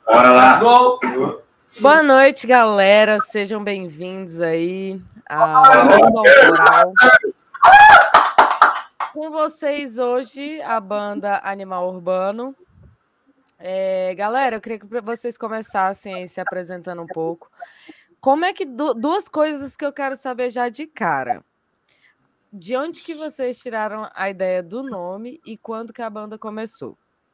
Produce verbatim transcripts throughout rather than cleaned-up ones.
Bora lá. Let's go. Boa noite, galera. Sejam bem-vindos aí à Banda Autoral. Com vocês hoje, a banda Animal Urbano. É, galera, eu queria que vocês começassem aí se apresentando um pouco. Como é que... Du duas coisas que eu quero saber já de cara. De onde que vocês tiraram a ideia do nome e quando que a banda começou?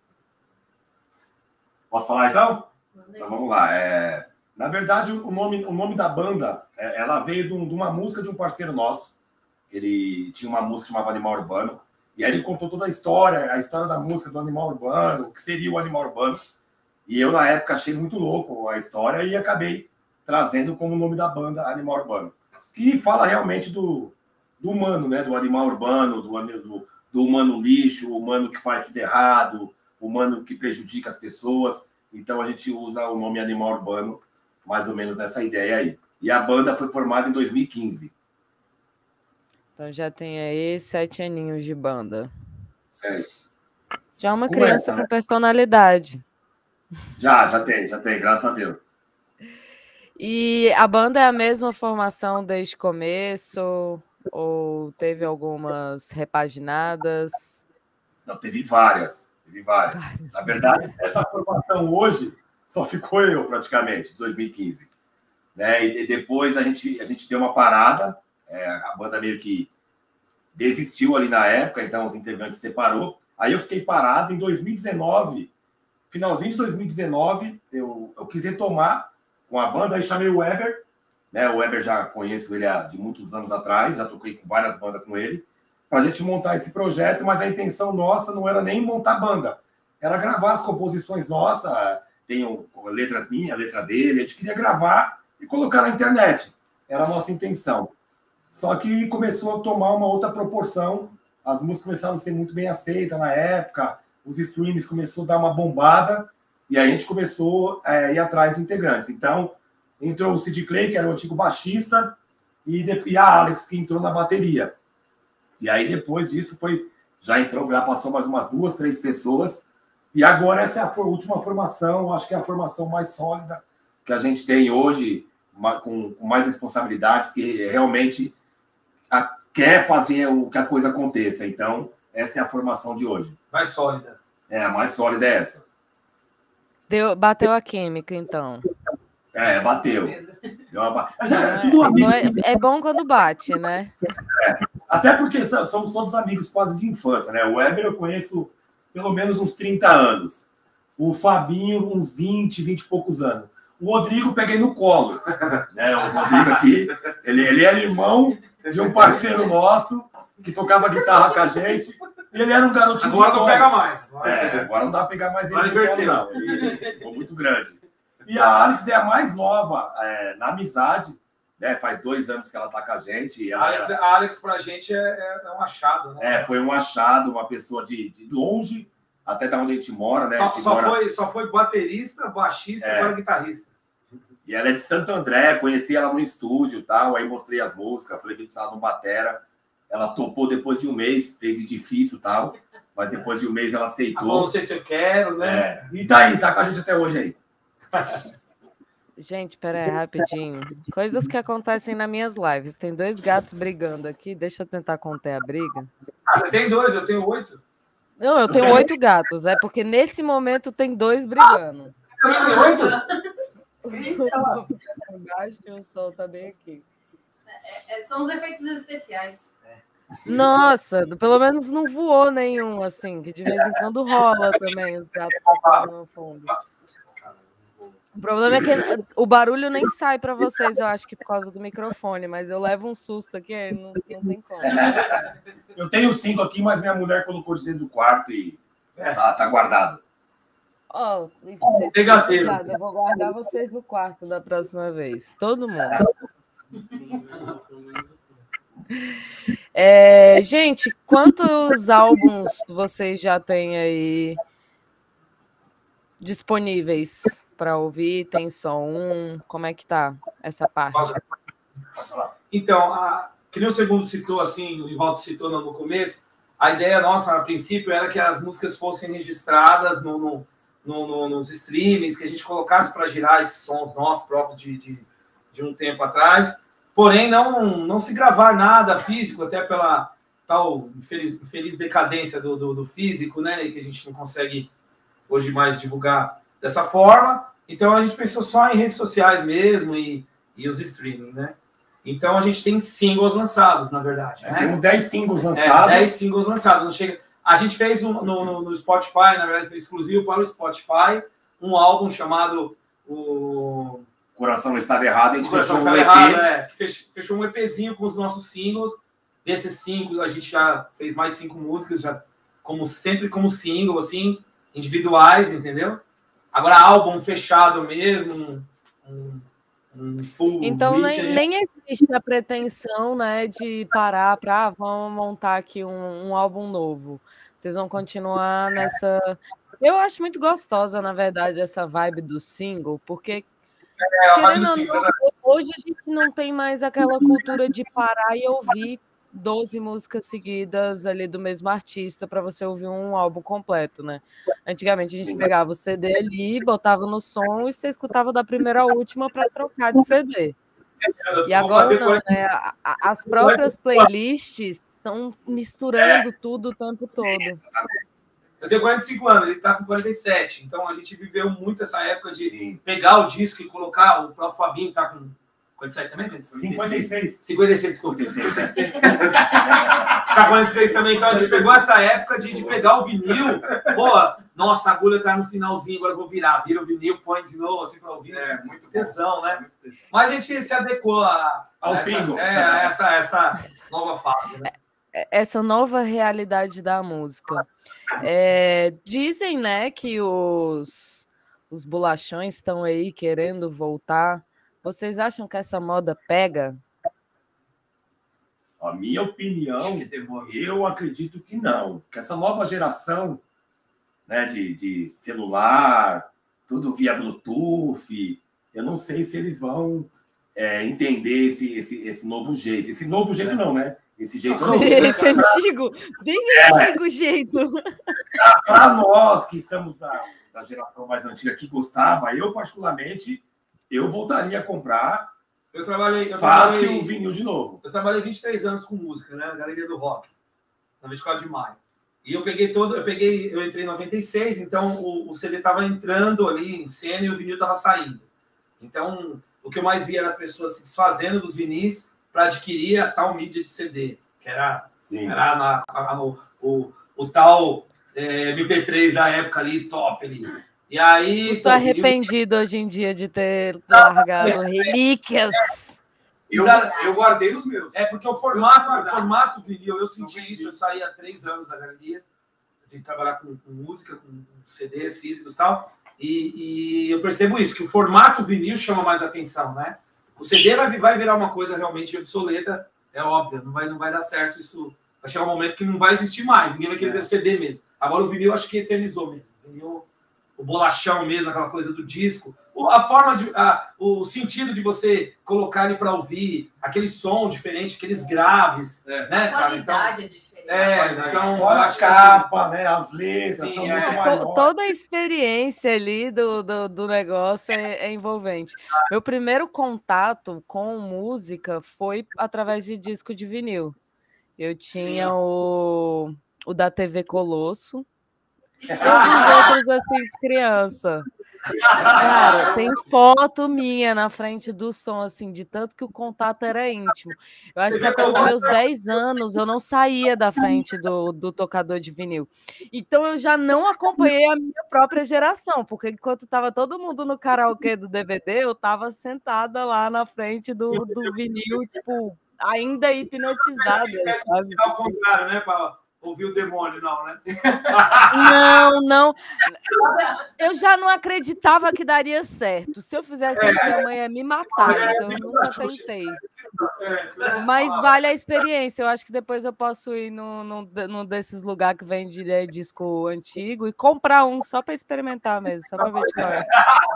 Posso falar, então? Então, vamos lá. É... Na verdade, o nome, o nome da banda, é, ela veio de, um, de uma música de um parceiro nosso. Ele tinha uma música chamada Animal Urbano. E aí ele contou toda a história, a história da música do Animal Urbano, o que seria o Animal Urbano. E eu, na época, achei muito louco a história e acabei trazendo como nome da banda Animal Urbano. Que fala realmente do, do humano, né? Do animal urbano, do, do, do humano lixo, o humano que faz tudo errado, o humano que prejudica as pessoas. Então a gente usa o nome Animal Urbano mais ou menos nessa ideia aí. E a banda foi formada em dois mil e quinze. Então já tem aí sete aninhos de banda. É. Já é uma Como criança é, com personalidade. Já, já tem, já tem, graças a Deus. E a banda é a mesma formação desde o começo? Ou teve algumas repaginadas? Não, teve várias. Teve várias. várias. Na verdade, essa formação hoje só ficou eu, praticamente, dois mil e quinze. Né? E depois a gente, a gente deu uma parada, é, a banda meio que desistiu ali na época, então os integrantes se separou. Aí eu fiquei parado em dois mil e dezenove, finalzinho de dois mil e dezenove, eu, eu quis retomar com a banda, aí chamei o Weber, né? O Weber já conheço ele há de muitos anos atrás, já toquei com várias bandas com ele, para a gente montar esse projeto, mas a intenção nossa não era nem montar banda, era gravar as composições nossas, tem letras minhas, letra dele, a gente queria gravar e colocar na internet, era a nossa intenção. Só que começou a tomar uma outra proporção, as músicas começaram a ser muito bem aceitas na época, os streams começaram a dar uma bombada, e aí a gente começou a ir atrás de integrantes. Então, entrou o Sid Clay, que era o antigo baixista, e a Alex, que entrou na bateria. E aí, depois disso, foi, já entrou, já passou mais umas duas, três pessoas, e agora essa é a última formação, acho que é a formação mais sólida que a gente tem hoje, com mais responsabilidades, que realmente quer fazer o que a coisa aconteça. Então, essa é a formação de hoje. Mais sólida. É, a mais sólida é essa. Deu, bateu a química, então. É, bateu. Deu uma... Já, é, tudo é, é bom quando bate, né? É, até porque somos todos amigos quase de infância, né? O Weber eu conheço pelo menos uns trinta anos. O Fabinho, uns vinte, vinte e poucos anos. O Rodrigo peguei no colo. Né? O Rodrigo aqui, ele, ele era irmão de um parceiro nosso que tocava guitarra com a gente. E ele era um garotinho agora de não colo. Pega mais. Agora, é, agora não dá pra pegar mais ele no colo, não. Ele ficou muito grande. E a Alex é a mais nova é, na amizade. Né? Faz dois anos que ela tá com a gente. A Alex, era... a Alex pra gente é, é um achado, né? É, foi um achado, uma pessoa de, de longe, até da onde a gente mora, né? Só, gente só, mora... Foi, só foi baterista, baixista e agora guitarrista. E ela é de Santo André, conheci ela no estúdio e tal, aí mostrei as músicas, falei que precisava de um batera. Ela topou depois de um mês, fez difícil e tal, mas depois de um mês ela aceitou. Ah, não sei se eu quero, né? É. E tá aí, tá com a gente até hoje aí. Gente, pera aí, rapidinho. Coisas que acontecem nas minhas lives. Tem dois gatos brigando aqui, deixa eu tentar conter a briga. Ah, você tem dois, eu tenho oito. Não, eu tenho oito gatos, é porque nesse momento tem dois brigando. Você tem oito? Embaixo e o sol tá bem aqui. É, é, são os efeitos especiais. Nossa, pelo menos não voou nenhum, assim, que de vez em quando rola também os gatos passando no fundo. O problema é que o barulho nem sai para vocês, eu acho que por causa do microfone, mas eu levo um susto aqui, não, não tem como. Eu tenho cinco aqui, mas minha mulher colocou dentro do quarto e tá, tá guardado. Ó, oh, eu vou guardar vocês no quarto da próxima vez. Todo mundo. É, gente, quantos álbuns vocês já têm aí disponíveis para ouvir? Tem só um? Como é que tá essa parte? Então, a, que nem o Segundo citou, assim, o Ivaldo citou no começo, a ideia nossa, a princípio, era que as músicas fossem registradas no... no no, no, nos streamings, que a gente colocasse para girar esses sons nossos próprios de, de, de um tempo atrás. Porém, não, não se gravar nada físico, até pela tal infeliz, infeliz decadência do, do, do físico, né? Que a gente não consegue hoje mais divulgar dessa forma. Então, a gente pensou só em redes sociais mesmo e, e os streaming, né? Então, a gente tem singles lançados, na verdade. Né? Temos dez singles lançados. É, dez singles lançados. Não chega... A gente fez um, no, no, no Spotify, na verdade, foi exclusivo para o Spotify, um álbum chamado o Coração Não Estava Errado. A gente Coração fechou um Estava E P. Errado, é, que fechou, fechou um EPzinho com os nossos singles. Desses singles, a gente já fez mais cinco músicas, já como sempre como single, assim, individuais, entendeu? Agora, álbum fechado mesmo, um, um, um full. Então, beat, nem, gente... nem existe a pretensão, né, de parar para, ah, vamos montar aqui um, um álbum novo. Vocês vão continuar nessa... Eu acho muito gostosa, na verdade, essa vibe do single, porque, é, a vibe do querendo ou single, não, hoje a gente não tem mais aquela cultura de parar e ouvir doze músicas seguidas ali do mesmo artista para você ouvir um álbum completo, né? Antigamente a gente pegava o C D ali, botava no som e você escutava da primeira à última para trocar de C D. E agora não, né? As próprias playlists estão misturando tudo o tempo todo. Eu tenho quarenta e cinco anos, ele está com quarenta e sete, então a gente viveu muito essa época de Sim. pegar o disco e colocar. O próprio Fabinho está com quarenta e sete também? cinquenta e seis. cinquenta e seis, desculpa. Está quarenta e seis também, então a gente pegou essa época de, de pegar o vinil. Pô, nossa, a agulha está no finalzinho, agora eu vou virar. Vira o vinil, põe de novo assim para ouvir. É, muito tesão, né? Muito tesão. Mas a gente se adequou a, ao a essa, single. É, a essa, essa nova fase, né? Essa nova realidade da música. É, dizem, né, que os, os bolachões estão aí querendo voltar. Vocês acham que essa moda pega? A minha opinião, eu acredito que não. Que essa nova geração, né, de, de celular, tudo via Bluetooth, eu não sei se eles vão é, entender esse, esse, esse novo jeito. Esse novo jeito é. não, né? Esse jeito não. Esse antigo, bem antigo é. jeito. Para nós que somos da, da geração mais antiga que gostava, eu particularmente, eu voltaria a comprar. Eu trabalhei. Eu fácil trabalhei, o vinil de novo. Eu trabalhei vinte e três anos com música, né? Na Galeria do Rock, na vinte e quatro de maio. E eu peguei todo, eu peguei, eu entrei em noventa e seis, então o, o C D estava entrando ali em cena e o vinil estava saindo. Então, o que eu mais via era as pessoas se desfazendo dos vinis para adquirir a tal mídia de C D, que era, era na, a, o, o, o tal é, M P três da época ali, top ali. E aí... Estou arrependido hoje em dia de ter largado relíquias. Eu, eu guardei os meus. É porque o formato, o formato vinil, eu senti isso, eu saí há três anos da galeria, eu tenho que trabalhar com, com música, com C Ds físicos e tal, e, e eu percebo isso, que o formato vinil chama mais atenção, né? O C D vai, vai virar uma coisa realmente obsoleta, é óbvio, não vai, não vai dar certo isso. Vai chegar um momento que não vai existir mais, ninguém vai querer ter C D mesmo. Agora o vinil acho que eternizou mesmo. O vinil, o bolachão mesmo, aquela coisa do disco. A forma de. A, o sentido de você colocar ele para ouvir, aquele som diferente, aqueles graves. É. Né, a qualidade então, é diferente. É, então, fora a capa, assim, né? As letras, sim, são é, muito maiores. Toda a experiência ali do, do, do negócio é, é envolvente. Meu primeiro contato com música foi através de disco de vinil. Eu tinha o, o da T V Colosso. Eu vi outros assim de criança. Cara, tem foto minha na frente do som, assim, de tanto que o contato era íntimo. Eu acho que até os meus dez anos eu não saía da frente do, do tocador de vinil. Então eu já não acompanhei a minha própria geração, porque enquanto estava todo mundo no karaokê do D V D, eu estava sentada lá na frente do, do vinil, tipo, ainda hipnotizada, sabe? Ao contrário, né, Paula? Ouvir o demônio, não, né? Não, não. Eu já não acreditava que daria certo. Se eu fizesse isso, minha mãe ia me matar. Então eu nunca tentei. Mas vale a experiência. Eu acho que depois eu posso ir num, num, num desses lugares que vende é, disco antigo e comprar um só para experimentar mesmo, só para ver de qual é.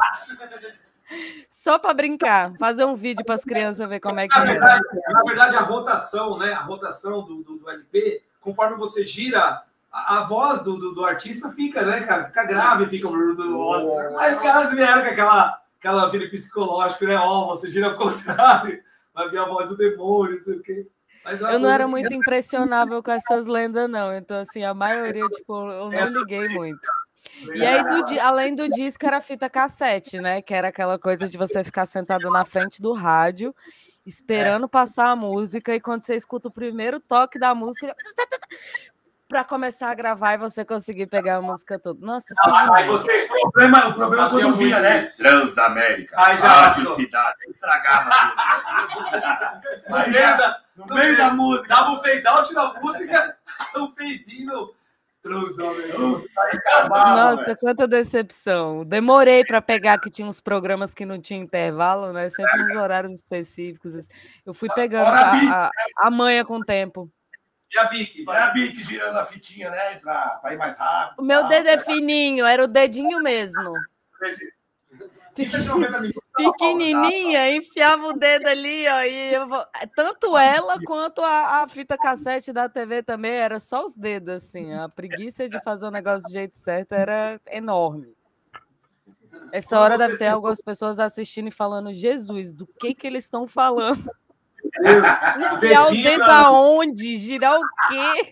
Só para brincar, fazer um vídeo para as crianças ver como é que na é. Verdade, na verdade, a rotação, né? A rotação do, do, do L P, conforme você gira a, a, a voz do, do, do artista fica, né, cara? Fica grave, fica... Aí os caras vieram com aquela, aquela vida psicológica, né? Ó, oh, você gira ao contrário, vai vir a voz do demônio, não sei o quê. Mas eu não era que... muito impressionável com essas lendas, não. Então, assim, a maioria, tipo, eu não liguei muito. E aí, do, além do disco, era fita cassete, né? Que era aquela coisa de você ficar sentado na frente do rádio, esperando é. passar a música, e quando você escuta o primeiro toque da música, para começar a gravar e você conseguir pegar a música toda. Nossa, ah, aí você, o problema, o problema é quando vinha, né? Transamérica, aí já Rádio Cidade, estragava tudo. Aí já, no meio da música, dava um fade out na música, o feidinho. Nossa, velho. Quanta decepção. Demorei para pegar, que tinha uns programas que não tinha intervalo, né? Sempre nos horários específicos. Eu fui pegando a, a, a manha com o tempo. E a Bic? E a Bic girando a fitinha, né? Para ir mais rápido. O meu tá, dedo é fininho, era o dedinho mesmo. Pequenininha, enfiava o dedo ali, ó, e eu vou... tanto ela quanto a, a fita cassete da T V também, era só os dedos, assim, a preguiça de fazer o negócio do jeito certo era enorme. Essa Como hora deve ter se... algumas pessoas assistindo e falando, Jesus, do que que eles estão falando? Enfiar o dedo aonde? Girar o quê?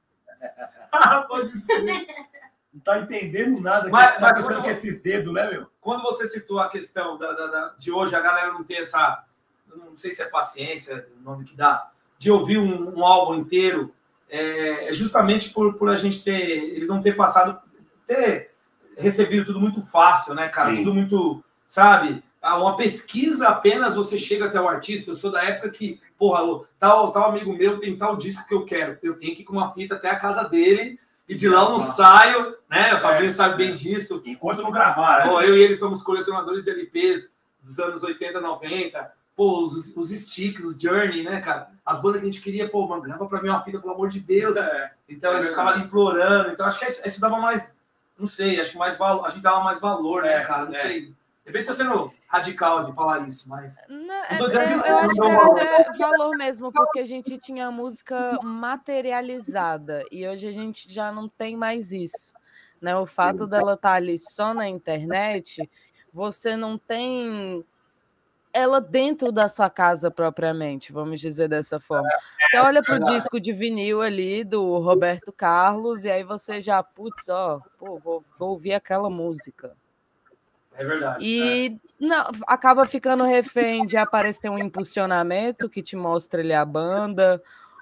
Ah, pode ser. Não tá entendendo nada, mas, tá pensando com esses dedos, né, meu? Quando você citou a questão da, da, da, de hoje, a galera não ter essa, não sei se é paciência, o nome que dá, de ouvir um, um álbum inteiro, é justamente por, por a gente ter, eles não ter passado, ter recebido tudo muito fácil, né, cara? Sim. Tudo muito, sabe? Uma pesquisa apenas você chega até o artista. Eu sou da época que, porra, tal, tal amigo meu tem tal disco que eu quero. Eu tenho que ir com uma fita até a casa dele. E de lá eu não saio, né? O Fabinho sabe bem disso. Enquanto não gravar, né? Pô, eu e ele somos colecionadores de L Ps dos anos oitenta, noventa. Pô, os, os Sticks, os Journey, né, cara? As bandas que a gente queria, pô, mano, grava pra mim uma fita, pelo amor de Deus. É. Então a gente ficava ali implorando. Então acho que isso dava mais, não sei, acho que mais valor, a gente dava mais valor, né, cara? Não é. sei. De repente tá sendo radical de falar isso, mas... Não, não tô dizendo eu, que eu acho que era até valor mesmo, porque a gente tinha a música materializada e hoje a gente já não tem mais isso, né? O fato Sim. dela estar ali só na internet, você não tem ela dentro da sua casa propriamente, vamos dizer dessa forma. Você olha para o disco de vinil ali do Roberto Carlos e aí você já, putz, ó, pô, vou, vou ouvir aquela música. É verdade. E é. Não, acaba ficando refém de aparecer um impulsionamento que te mostra ali a banda,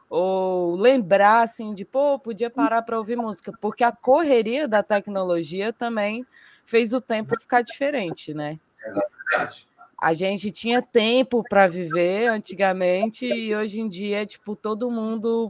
ou lembrar assim de, pô, podia parar para ouvir música, porque a correria da tecnologia também fez o tempo ficar diferente, né? Exatamente. A gente tinha tempo para viver antigamente e hoje em dia é tipo todo mundo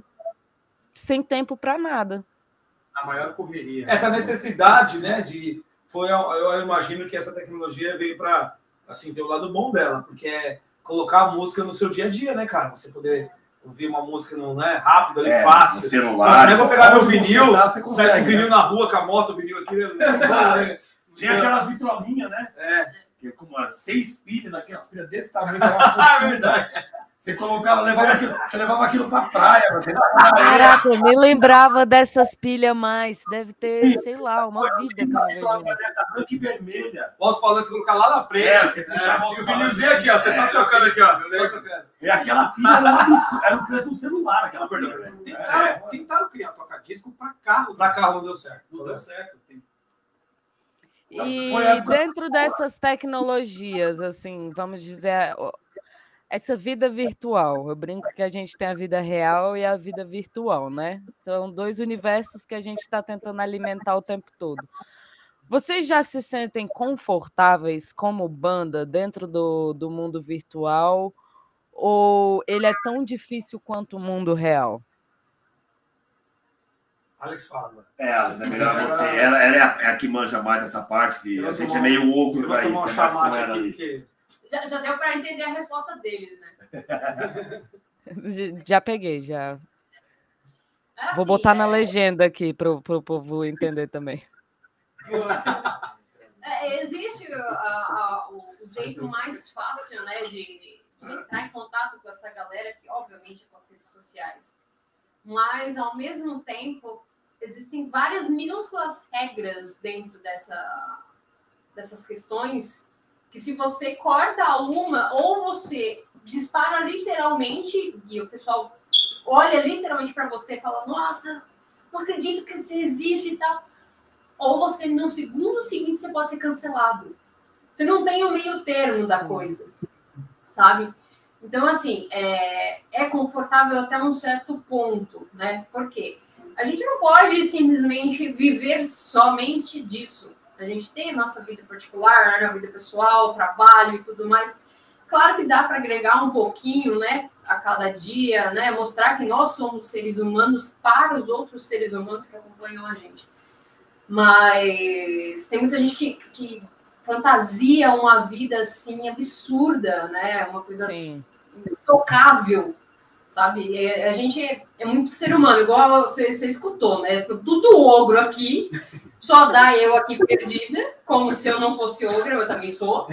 sem tempo para nada. A maior correria. Essa necessidade, né, de Foi, eu imagino que essa tecnologia veio para, assim, ter o lado bom dela, porque é colocar a música no seu dia a dia, né, cara? Você poder ouvir uma música no, né, rápido, ali, é, fácil. No celular. Eu vou pegar meu vinil, sair com o vinil na rua, com a moto, o vinil aqui. Né? Tinha aquelas vitrolinhas, né? É. Que com umas seis pilhas, daquelas pilhas desse tamanho. É verdade. Você colocava, levava aquilo, você levava aquilo pra praia. Você Caraca, eu nem lembrava dessas pilhas mais. Deve ter, sei lá, uma vida. Dessa branca e vermelha. O alto-falante você colocar lá na frente. É, você puxava é, e o vinilzinho aqui, ó. Você é, só trocando aqui, ó. E aquela pilha era um absurdo. Era o preço do celular, aquela pilha. Tentaram, é. tentaram criar toca-disco pra carro. Pra carro não deu certo. Não deu certo. E dentro dessas tecnologias, assim, vamos dizer... Essa vida virtual, eu brinco que a gente tem a vida real e a vida virtual, né? São dois universos que a gente está tentando alimentar o tempo todo. Vocês já se sentem confortáveis como banda dentro do, do mundo virtual? Ou ele é tão difícil quanto o mundo real? Alex fala. É, Alex, é melhor você. Ela, ela é, a, é a que manja mais essa parte, que a gente é meio ogro para isso. É mais com ela ali. Que... Já, já deu para entender a resposta deles, né? Já peguei, já. Assim, Vou botar é... na legenda aqui para o povo entender também. É, existe a, a, o, o jeito mais fácil, né, de, de entrar em contato com essa galera, que obviamente é com as redes sociais. Mas, ao mesmo tempo, existem várias minúsculas regras dentro dessa, dessas questões que se você corta uma ou você dispara literalmente e o pessoal olha literalmente para você e fala, nossa, não acredito que isso existe e tal. Ou você, no segundo seguinte, você pode ser cancelado. Você não tem o meio termo da coisa, sabe? Então, assim, é, é confortável até um certo ponto, né? Por quê? A gente não pode simplesmente viver somente disso. A gente tem a nossa vida particular, a vida pessoal, trabalho e tudo mais. Claro que dá para agregar um pouquinho, né, a cada dia, né, mostrar que nós somos seres humanos para os outros seres humanos que acompanham a gente. Mas tem muita gente que, que fantasia uma vida assim absurda, né, uma coisa Sim. intocável, sabe? É, a gente é, é muito ser humano, igual você, você escutou, né? Tudo ogro aqui. Só dá eu aqui perdida, como se eu não fosse ogra, eu também sou.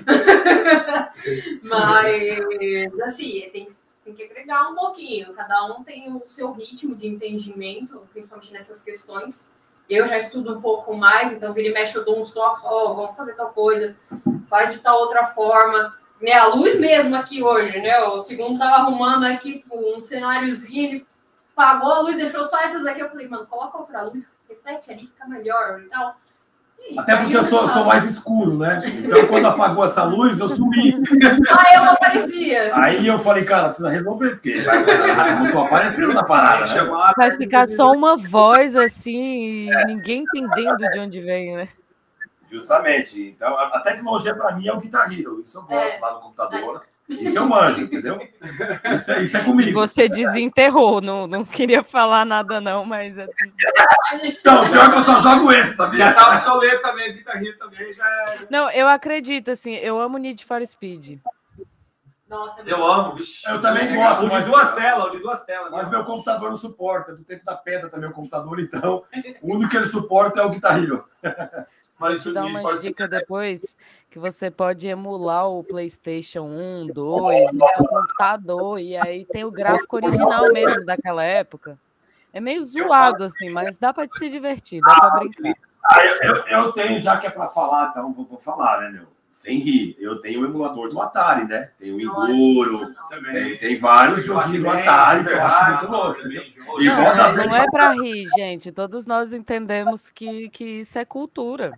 Mas, assim, tem que, tem que agregar um pouquinho. Cada um tem o seu ritmo de entendimento, principalmente nessas questões. Eu já estudo um pouco mais, então vira e mexe, eu dou uns toques, ó, oh, vamos fazer tal coisa, faz de tal outra forma. Né, a luz mesmo aqui hoje, né? O segundo estava arrumando aqui um cenáriozinho, ele apagou a luz, deixou só essas aqui. Eu falei, mano, coloca outra luz, reflete ali, fica melhor e tal. E até porque eu sou, sou mais escuro, né? Então, quando apagou essa luz, eu sumi. Só eu não aparecia. Aí eu falei, cara, precisa resolver, porque vai, não tô aparecendo na parada, né? Vai ficar só uma voz assim, e ninguém entendendo de onde vem, né? Justamente. Então, a, a tecnologia, para mim, é o Guitar Hero. Isso eu gosto é. lá no computador. Isso eu manjo, entendeu? Isso é, isso é comigo. Você desenterrou, não, não queria falar nada não, mas... Assim... Então, pior que eu só jogo esse, sabia? Já tá obsoleto também, Guitar Hero também já é... Não, eu acredito, assim, eu amo Need for Speed. Nossa, eu amo, bicho. Eu também gosto. De duas telas, de duas telas. Mas meu computador não suporta, do tempo da pedra também o computador, então, o único que ele suporta é o Guitar Hero. Vou te dar uma dica depois que você pode emular o PlayStation um, dois no seu computador e aí tem o gráfico original mesmo daquela época. É meio zoado assim, mas dá para se divertir, dá para brincar. Ah, eu, eu tenho, já que é para falar, então vou, vou falar, né, meu? Sem rir, eu tenho o emulador do Atari, né? Tem o Enduro, tem, tem vários joguinhos do Atari que eu acho muito louco. Não, não, não é para rir, gente. Todos nós entendemos que, que isso é cultura.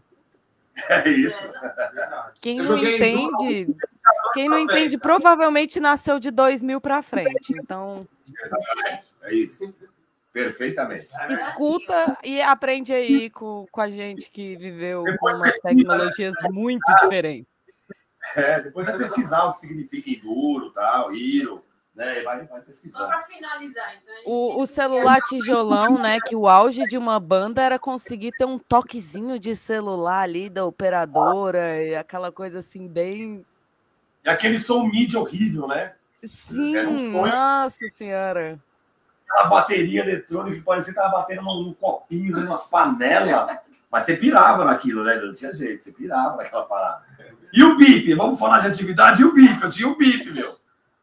É isso. Quem não entende, quem não entende provavelmente nasceu de dois mil para frente. Então, exatamente. É isso. Perfeitamente. Escuta e aprende aí com, com a gente que viveu com umas tecnologias muito diferentes. É, depois vai pesquisar o que significa Enduro, tal, Hero, né? Vai, vai pesquisar. Só para finalizar, então. O, o celular tijolão, né? Que o auge de uma banda era conseguir ter um toquezinho de celular ali da operadora e aquela coisa assim, bem. E aquele som mídia horrível, né? Sim, um nossa senhora. Aquela bateria eletrônica que parecia que estava batendo num, num copinho, umas panelas. Mas você pirava naquilo, né? Não tinha jeito, você pirava naquela parada. E o bip? Vamos falar de atividade e o bip. Eu tinha o bip, meu.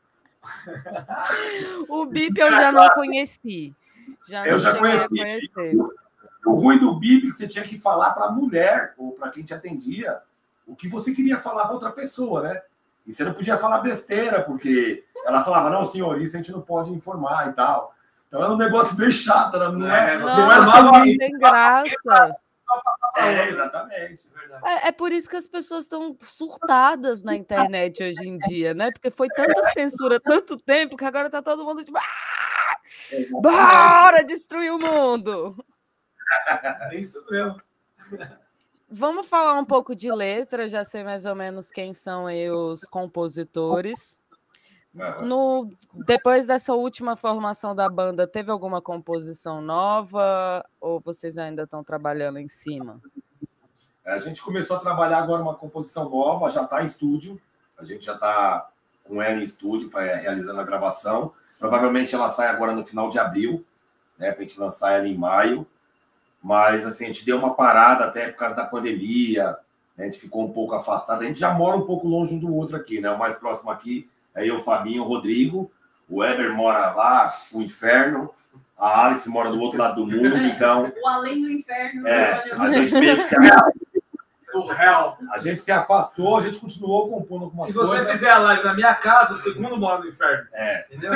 O bip eu já não conheci. Já eu já conheci. O ruim do bip é que você tinha que falar para a mulher ou para quem te atendia o que você queria falar para outra pessoa, né? E você não podia falar besteira, porque ela falava, não, senhor, isso a gente não pode informar e tal. Então era um negócio bem chato, não é? Não, você não era sem graça. É, exatamente. É, é por isso que as pessoas estão surtadas na internet hoje em dia, né? Porque foi tanta censura, tanto tempo, que agora tá todo mundo tipo, ah! Bora destruir o mundo! É isso mesmo. Vamos falar um pouco de letra, já sei mais ou menos quem são aí os compositores. No, depois dessa última formação da banda, teve alguma composição nova ou vocês ainda estão trabalhando em cima? A gente começou a trabalhar agora uma composição nova, já está em estúdio, a gente já está com ela em estúdio, realizando a gravação. Provavelmente ela sai agora no final de abril, né, para a gente lançar ela em maio. Mas assim, a gente deu uma parada até por causa da pandemia, né, a gente ficou um pouco afastado. A gente já mora um pouco longe um do outro aqui, né? O mais próximo aqui é eu, o Fabinho, o Rodrigo. O Weber mora lá, o Inferno. A Alex mora do outro lado do mundo, então... O além do inferno. É, a gente meio que se... O réu. A gente se afastou, a gente continuou compondo algumas Se você coisas. fizer a live na minha casa, o segundo mora no inferno. É. Entendeu?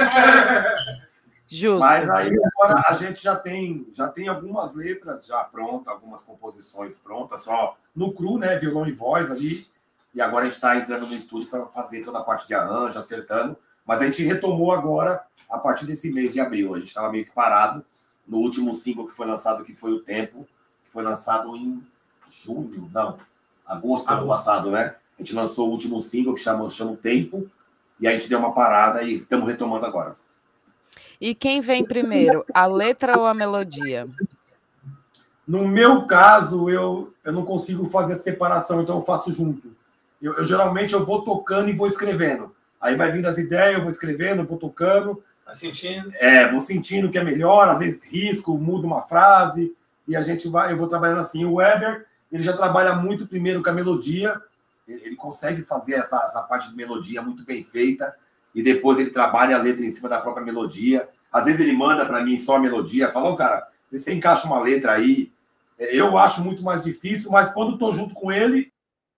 Justo. Mas aí agora a gente já tem, já tem algumas letras já prontas, algumas composições prontas, só no cru, né? Violão e voz ali. E agora a gente está entrando no estúdio para fazer toda a parte de arranjo, acertando. Mas a gente retomou agora a partir desse mês de abril. A gente estava meio que parado no último single que foi lançado, que foi O Tempo, que foi lançado em junho, não, agosto do ano passado, né? A gente lançou o último single que chama, chama O Tempo, e aí a gente deu uma parada e estamos retomando agora. E quem vem primeiro, a letra ou a melodia? No meu caso, eu, eu não consigo fazer a separação, então eu faço junto. Eu, eu geralmente eu vou tocando e vou escrevendo. Aí vai vindo as ideias, eu vou escrevendo, vou tocando. Vai sentindo? É, vou sentindo o que é melhor, às vezes risco, mudo uma frase, e a gente vai, eu vou trabalhando assim. O Weber, ele já trabalha muito primeiro com a melodia, ele, ele consegue fazer essa, essa parte de melodia muito bem feita, e depois ele trabalha a letra em cima da própria melodia. Às vezes ele manda para mim só a melodia, fala, oh, cara, você encaixa uma letra aí. Eu acho muito mais difícil, mas quando estou junto com ele,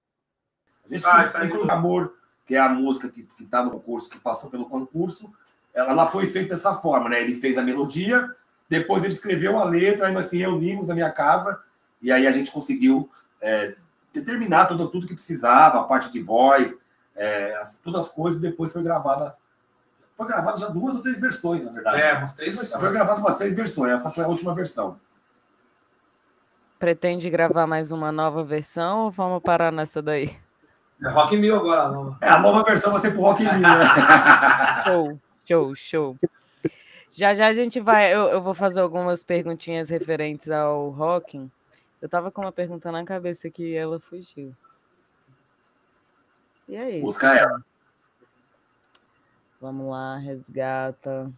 a gente ah, tem Cruz Amor, que é a música que está no concurso, que passou pelo concurso, ela, ela foi feita dessa forma, né? Ele fez a melodia, depois ele escreveu a letra, aí nós se reunimos na minha casa, e aí a gente conseguiu é, determinar tudo, tudo que precisava, a parte de voz, é, as, todas as coisas, e depois foi gravada. Foi gravada já duas ou três versões, na verdade. É, umas três versões. Foi gravada umas três versões, essa foi a última versão. Pretende gravar mais uma nova versão ou vamos parar nessa daí? É Rock in Rio agora, a nova. É, a nova versão vai ser pro Rock in Rio, né? Show, show, show. Já já a gente vai, eu, eu vou fazer algumas perguntinhas referentes ao Rocking. Eu tava com uma pergunta na cabeça que ela fugiu. E é isso. Busca ela. Vamos lá, resgata.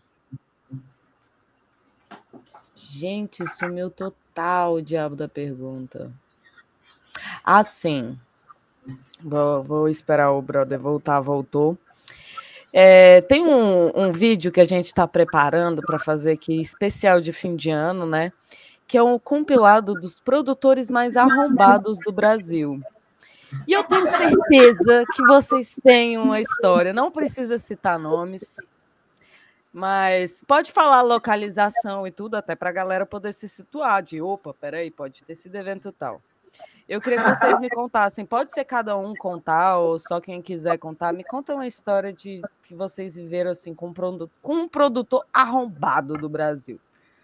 Gente, sumiu total o diabo da pergunta. Ah, sim. Vou, vou esperar o brother voltar, voltou. É, tem um, um vídeo que a gente está preparando para fazer aqui, especial de fim de ano, né? Que é um compilado dos produtores mais arrombados do Brasil. E eu tenho certeza que vocês têm uma história. Não precisa citar nomes, mas pode falar localização e tudo, até para a galera poder se situar. De, opa, peraí, pode ter sido evento tal. Eu queria que vocês me contassem, pode ser cada um contar, ou só quem quiser contar, me conta uma história de que vocês viveram assim com um, produ com um produtor arrombado do Brasil.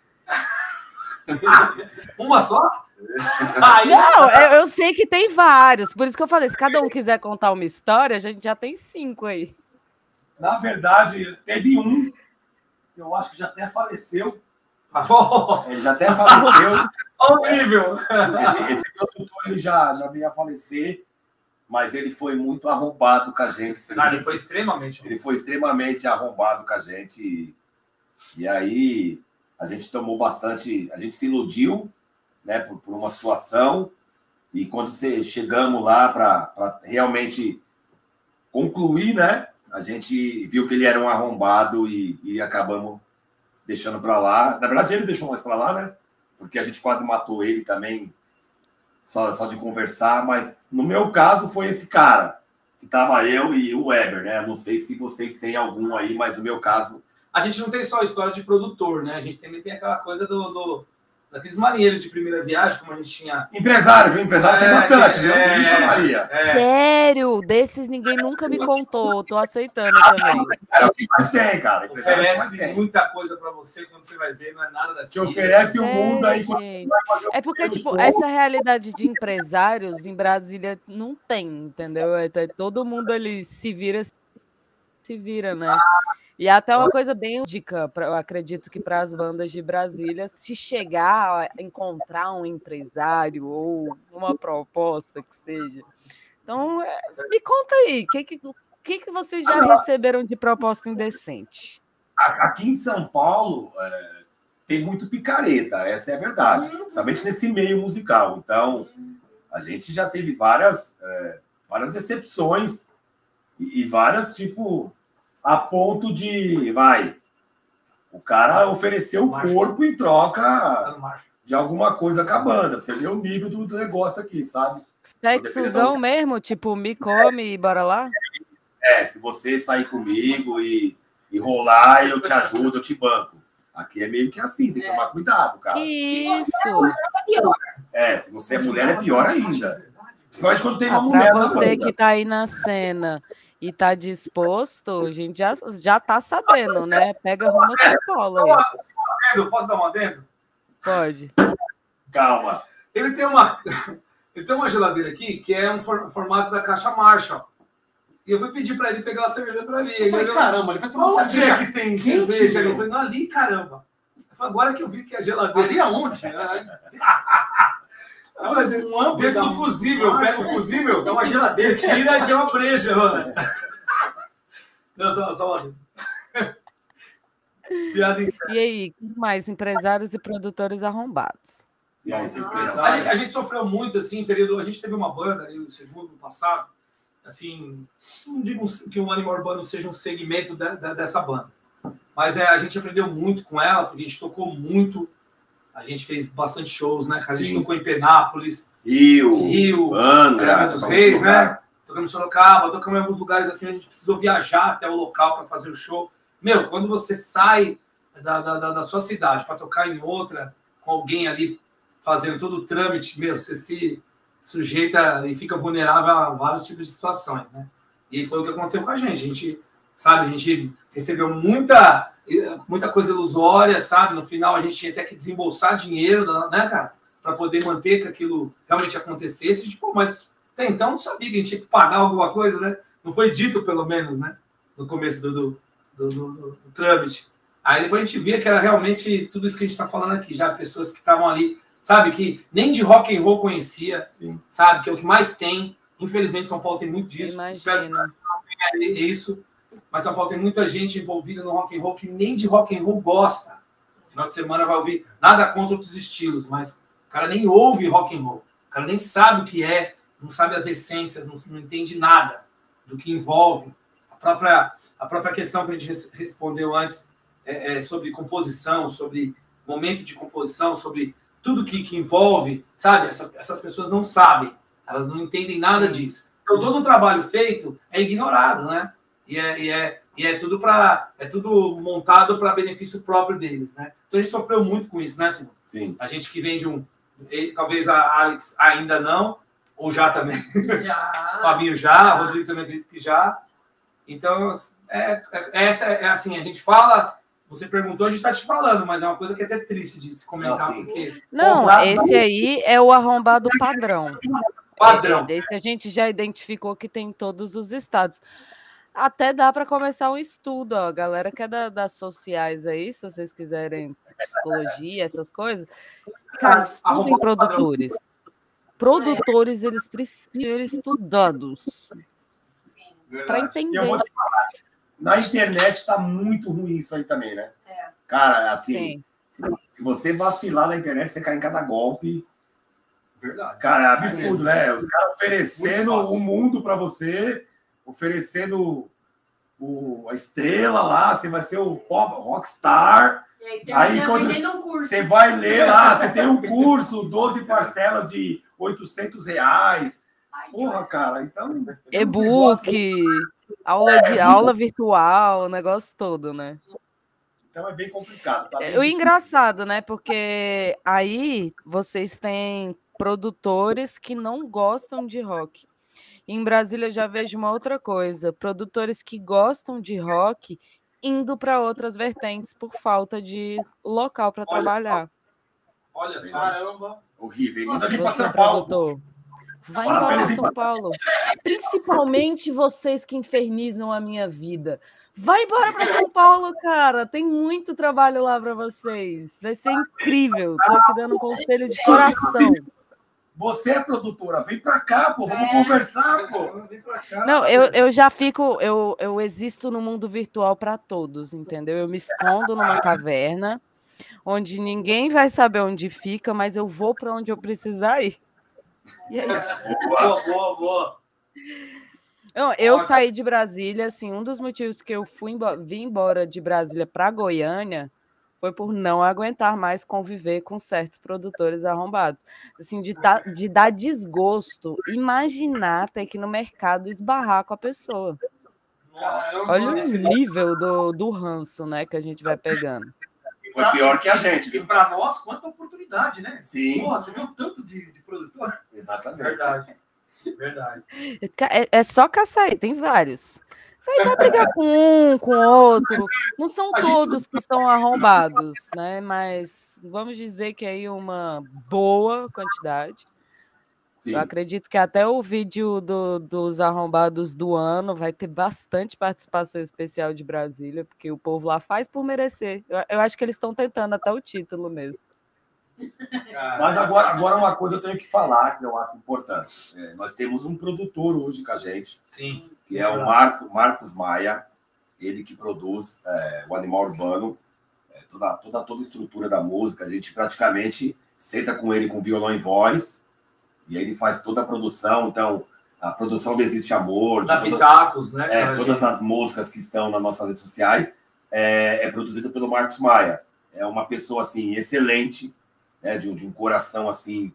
Uma só? Aí... Não, eu, eu sei que tem vários, por isso que eu falei, se cada um quiser contar uma história, a gente já tem cinco aí. Na verdade, teve um, eu acho que já até faleceu. Ele já até faleceu. Horrível! Esse, esse produtor ele já, já veio a falecer, mas ele foi muito arrombado com a gente. Ah, ele foi extremamente Ele foi extremamente arrombado com a gente. E, e aí a gente tomou bastante. A gente se iludiu, né, por, por uma situação. E quando cê, chegamos lá para realmente concluir, né, a gente viu que ele era um arrombado e, e acabamos deixando para lá. Na verdade, ele deixou nós para lá, né? Porque a gente quase matou ele também, só, só de conversar. Mas no meu caso foi esse cara, que tava eu e o Weber, né? Não sei se vocês têm algum aí, mas no meu caso... A gente não tem só a história de produtor, né? A gente também tem aquela coisa do... do... daqueles marinheiros de primeira viagem, como a gente tinha... Empresário, viu? Empresário é, tem bastante, viu? É, Ixi, Maria. É. Sério? Desses ninguém nunca me contou. Tô aceitando também. É o que mais tem, cara. Oferece tem. muita coisa pra você, quando você vai ver, não é nada daqui. Te oferece o um mundo aí. É porque, tipo, essa realidade de empresários em Brasília não tem, entendeu? Todo mundo ali se vira, se vira, né? E até uma coisa bem dica, eu acredito que para as bandas de Brasília, se chegar a encontrar um empresário ou uma proposta que seja. Então, me conta aí, o que, que, que, que vocês já receberam de proposta indecente? Aqui em São Paulo, é, tem muito picareta, essa é a verdade, principalmente nesse meio musical. Então, a gente já teve várias, é, várias decepções e, e várias, tipo... a ponto de, vai, O cara ofereceu o corpo em troca de alguma coisa com a banda. Você vê o nível do, do negócio aqui, sabe? Sexozão mesmo? Tipo, me come e bora lá? É, se você sair comigo e, e rolar, eu te ajudo, eu te banco. Aqui é meio que assim, tem que tomar cuidado, cara. Que Se você isso? é mulher, é pior. É, se você é mulher, é pior ainda. Principalmente quando tem uma Ah, mulher pra na você banda. que tá aí na cena e tá disposto, a gente já, já tá sabendo, né? Pega rumo a São Paulo aí. Eu posso dar uma dentro? Pode. Calma. Ele tem uma, ele tem uma geladeira aqui que é um for- formato da caixa Marshall. E eu fui pedir pra ele pegar uma cerveja pra mim. Ele falei, olhou, caramba, ele vai tomar onde cerveja é que tem quente, cerveja ali? meu? Eu falei, não, ali, caramba. Eu falei, agora que eu vi que é geladeira. Ali aonde? Eu falei, Um âmbito dentro da- do fusível, pega o fusível, É uma geladeira. tira e tem uma breja, mano. Não, só, só uma. Piada em... E aí, que mais? Empresários e produtores arrombados. E aí, vocês A, pensaram? gente- a gente sofreu muito, assim, período. A gente teve uma banda, eu e o segundo no passado, assim, não digo que o Animal Urbano seja um segmento da- da- dessa banda, mas é, a gente aprendeu muito com ela, porque a gente tocou muito, a gente fez bastante shows, né? A gente Sim. tocou em Penápolis, Rio, Rio, Angra, Angra dos São Reis, Paulo. né? Tocamos em Sorocaba, tocamos em alguns lugares assim, a gente precisou viajar até o local para fazer o show. Meu, quando você sai da, da, da- da sua cidade para tocar em outra, com alguém ali fazendo todo o trâmite, meu, você se sujeita e fica vulnerável a vários tipos de situações, né? E foi o que aconteceu com a gente. A gente, sabe, a gente recebeu muita, muita coisa ilusória, sabe? No final a gente tinha até que desembolsar dinheiro, né, cara? Para poder manter que aquilo realmente acontecesse. Tipo, mas até então não sabia que a gente tinha que pagar alguma coisa, né? Não foi dito, pelo menos, né? No começo do, do, do, do, do trâmite. Aí depois a gente via que era realmente tudo isso que a gente está falando aqui, já pessoas que estavam ali, sabe, que nem de rock and roll conhecia, Sim. sabe, que é o que mais tem. Infelizmente, São Paulo tem muito disso. Imagina. Espero que não tenha isso. Mas São Paulo tem muita gente envolvida no rock and roll que nem de rock and roll gosta. No final de semana vai ouvir nada contra outros estilos, mas o cara nem ouve rock and roll. O cara nem sabe o que é, não sabe as essências, não, não entende nada do que envolve. A própria, a própria questão que a gente res- respondeu antes é, é sobre composição, sobre momento de composição, sobre tudo que, que envolve, sabe? Essa, essas pessoas não sabem, elas não entendem nada disso. Então, todo o trabalho feito é ignorado, né? E é, e é, e é tudo para é tudo montado para benefício próprio deles, né? Então, a gente sofreu muito com isso, né, Simão? Sim. A gente que vem de um... e, talvez a Alex ainda não, ou já também. Já. Fabinho já, Rodrigo também acredito que já. Então, é, é, essa é assim, a gente fala... Você perguntou, a gente está te falando, mas é uma coisa que é até triste de se comentar, Não, sim. porque... Não, comprar- esse aí é o arrombado padrão. Padrão. É, esse a gente já identificou que tem em todos os estados. Até dá para começar um estudo, ó. A galera que é da- das sociais aí, se vocês quiserem psicologia, essas coisas, cara, estudem produtores. Produtores, eles precisam ser estudados Sim. para Verdade. E eu entender. vou te falar, na internet está muito ruim isso aí também, né? É. Cara, assim, Sim. se você vacilar na internet, você cai em cada golpe. Verdade. Cara, é absurdo, né? Os caras oferecendo Muito fácil. o mundo para você, oferecendo o, a estrela lá, você vai ser o pop rockstar. E aí, Aí, termina quando vendendo um curso. Você vai ler lá, você tem um curso, doze parcelas de oitocentos reais. Ai, Porra, cara, então... E-book, aula de aula virtual, o negócio todo, né? Então é bem complicado. Tá bem O difícil. engraçado, né? Porque aí vocês têm produtores que não gostam de rock. Em Brasília eu já vejo uma outra coisa: produtores que gostam de rock indo para outras vertentes por falta de local para Olha trabalhar. Olha só. Caramba. Horrível. hein? Manda vir para Você, São Paulo. produtor, vai Fala pra embora eles para ir São Paulo. Principalmente vocês que infernizam a minha vida. Vai embora para São Paulo, cara. Tem muito trabalho lá para vocês. Vai ser incrível. Tô aqui dando um conselho de coração. Você é produtora, vem pra cá, pô, vamos É. conversar, pô. Vem pra cá. Não, eu, eu já fico, eu, eu existo no mundo virtual para todos, entendeu? Eu me escondo numa caverna onde ninguém vai saber onde fica, mas eu vou para onde eu precisar ir. E é isso. Boa, boa, boa. Não, eu Ótimo. saí de Brasília, assim, um dos motivos que eu fui embo- vim embora de Brasília para Goiânia foi por não aguentar mais conviver com certos produtores arrombados. Assim, de, tá, de dar desgosto, imaginar ter que ir no mercado esbarrar com a pessoa. Nossa, olha o nível do, do ranço, né, que a gente vai pegando. Foi pior que a gente. E para nós, quanta oportunidade, né? Sim. Porra, você viu tanto de, de produtor? Exatamente. Verdade. Verdade. É, é só caçar, tem vários. Aí vai brigar com um, com outro. Não são todos que estão arrombados, né? Mas vamos dizer que aí uma boa quantidade. Sim. Eu acredito que até o vídeo do, dos arrombados do ano vai ter bastante participação especial de Brasília, porque o povo lá faz por merecer. Eu, eu acho que eles estão tentando até o título mesmo. Mas agora, agora uma coisa eu tenho que falar que eu acho importante. É, nós temos um produtor hoje com a gente, sim, que é o Marco, Marcos Maia, ele que produz é, o Animal Urbano, é, toda, toda, toda a estrutura da música. A gente praticamente senta com ele com violão e voz, e aí ele faz toda a produção. Então, a produção do Existe Amor, da Pitacos, né? É, todas as músicas que estão nas nossas redes sociais, é, é produzida pelo Marcos Maia. É uma pessoa assim excelente. É, de, de um coração assim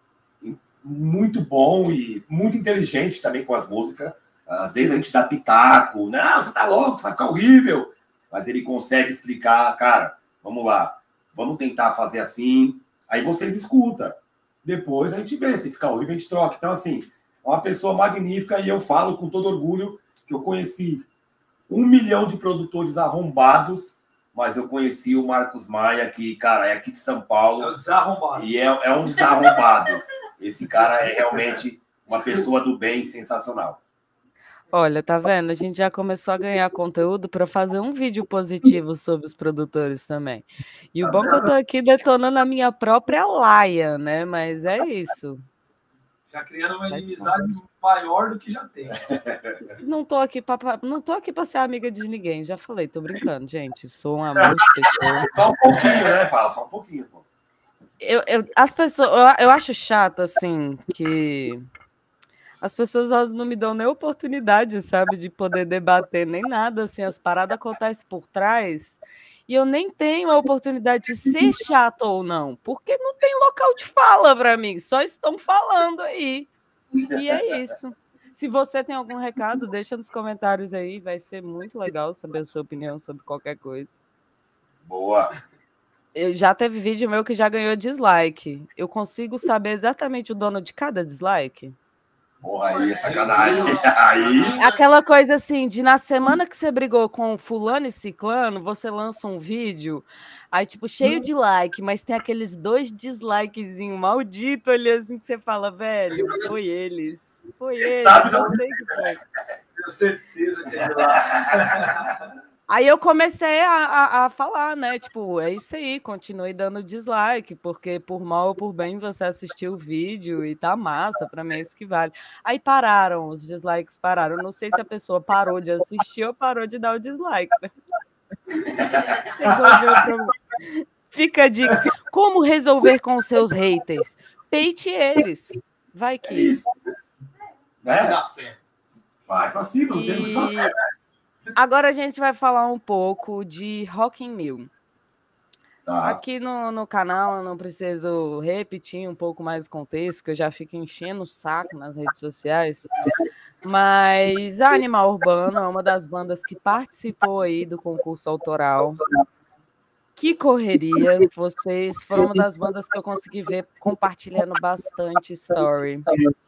muito bom e muito inteligente também com as músicas. Às vezes a gente dá pitaco, não, você tá louco, você vai ficar horrível, mas ele consegue explicar, cara, vamos lá, vamos tentar fazer assim, aí vocês escutam, depois a gente vê, se ficar horrível a gente troca. Então assim, é uma pessoa magnífica e eu falo com todo orgulho que eu conheci um milhão de produtores arrombados, mas eu conheci o Marcos Maia, que, cara, é aqui de São Paulo. É um desarrombado. E é, é um desarrombado. Esse cara é realmente uma pessoa do bem sensacional. Olha, tá vendo? A gente já começou a ganhar conteúdo para fazer um vídeo positivo sobre os produtores também. E o bom é que eu tô aqui detonando a minha própria laia, né? Mas é isso. Já criando uma inimizade maior do que já tem. Não tô aqui para não tô aqui para ser amiga de ninguém, já falei, tô brincando, gente. Sou um amor de pessoa. Só um pouquinho, né? Fala só um pouquinho, pô. Eu, eu, as pessoas, eu, eu acho chato assim que as pessoas elas não me dão nem oportunidade, sabe, de poder debater nem nada, assim, as paradas acontecem por trás. E eu nem tenho a oportunidade de ser chato ou não, porque não tem local de fala para mim, só estão falando aí. E é isso. Se você tem algum recado, deixa nos comentários aí, vai ser muito legal saber a sua opinião sobre qualquer coisa. Boa. Eu já teve vídeo meu que já ganhou dislike. Eu consigo saber exatamente o dono de cada dislike? Porra, aí é sacanagem. Aí... Aquela coisa assim, de na semana que você brigou com fulano e ciclano, você lança um vídeo, aí tipo, cheio de like, mas tem aqueles dois dislikezinhos malditos ali, assim, que você fala, velho, foi eles. Foi eles, sabe não sei o que foi. Tenho certeza que é lá. Aí eu comecei a, a, a falar, né? Tipo, é isso aí, continue dando dislike, porque por mal ou por bem você assistiu o vídeo e tá massa, pra mim é isso que vale. Aí pararam, os dislikes pararam. Não sei se a pessoa parou de assistir ou parou de dar o dislike, né? Resolveu o problema. Fica a dica. Como resolver com os seus haters? Peite eles. Vai que... É isso. Vai que dá certo. Vai pra cima, não tem só certo. Agora a gente vai falar um pouco de Rock in Rio. Tá. Aqui no, no canal eu não preciso repetir um pouco mais o contexto, que eu já fico enchendo o saco nas redes sociais. Mas a Animal Urbano é uma das bandas que participou aí do concurso autoral. Que correria! Vocês foram uma das bandas que eu consegui ver compartilhando bastante story.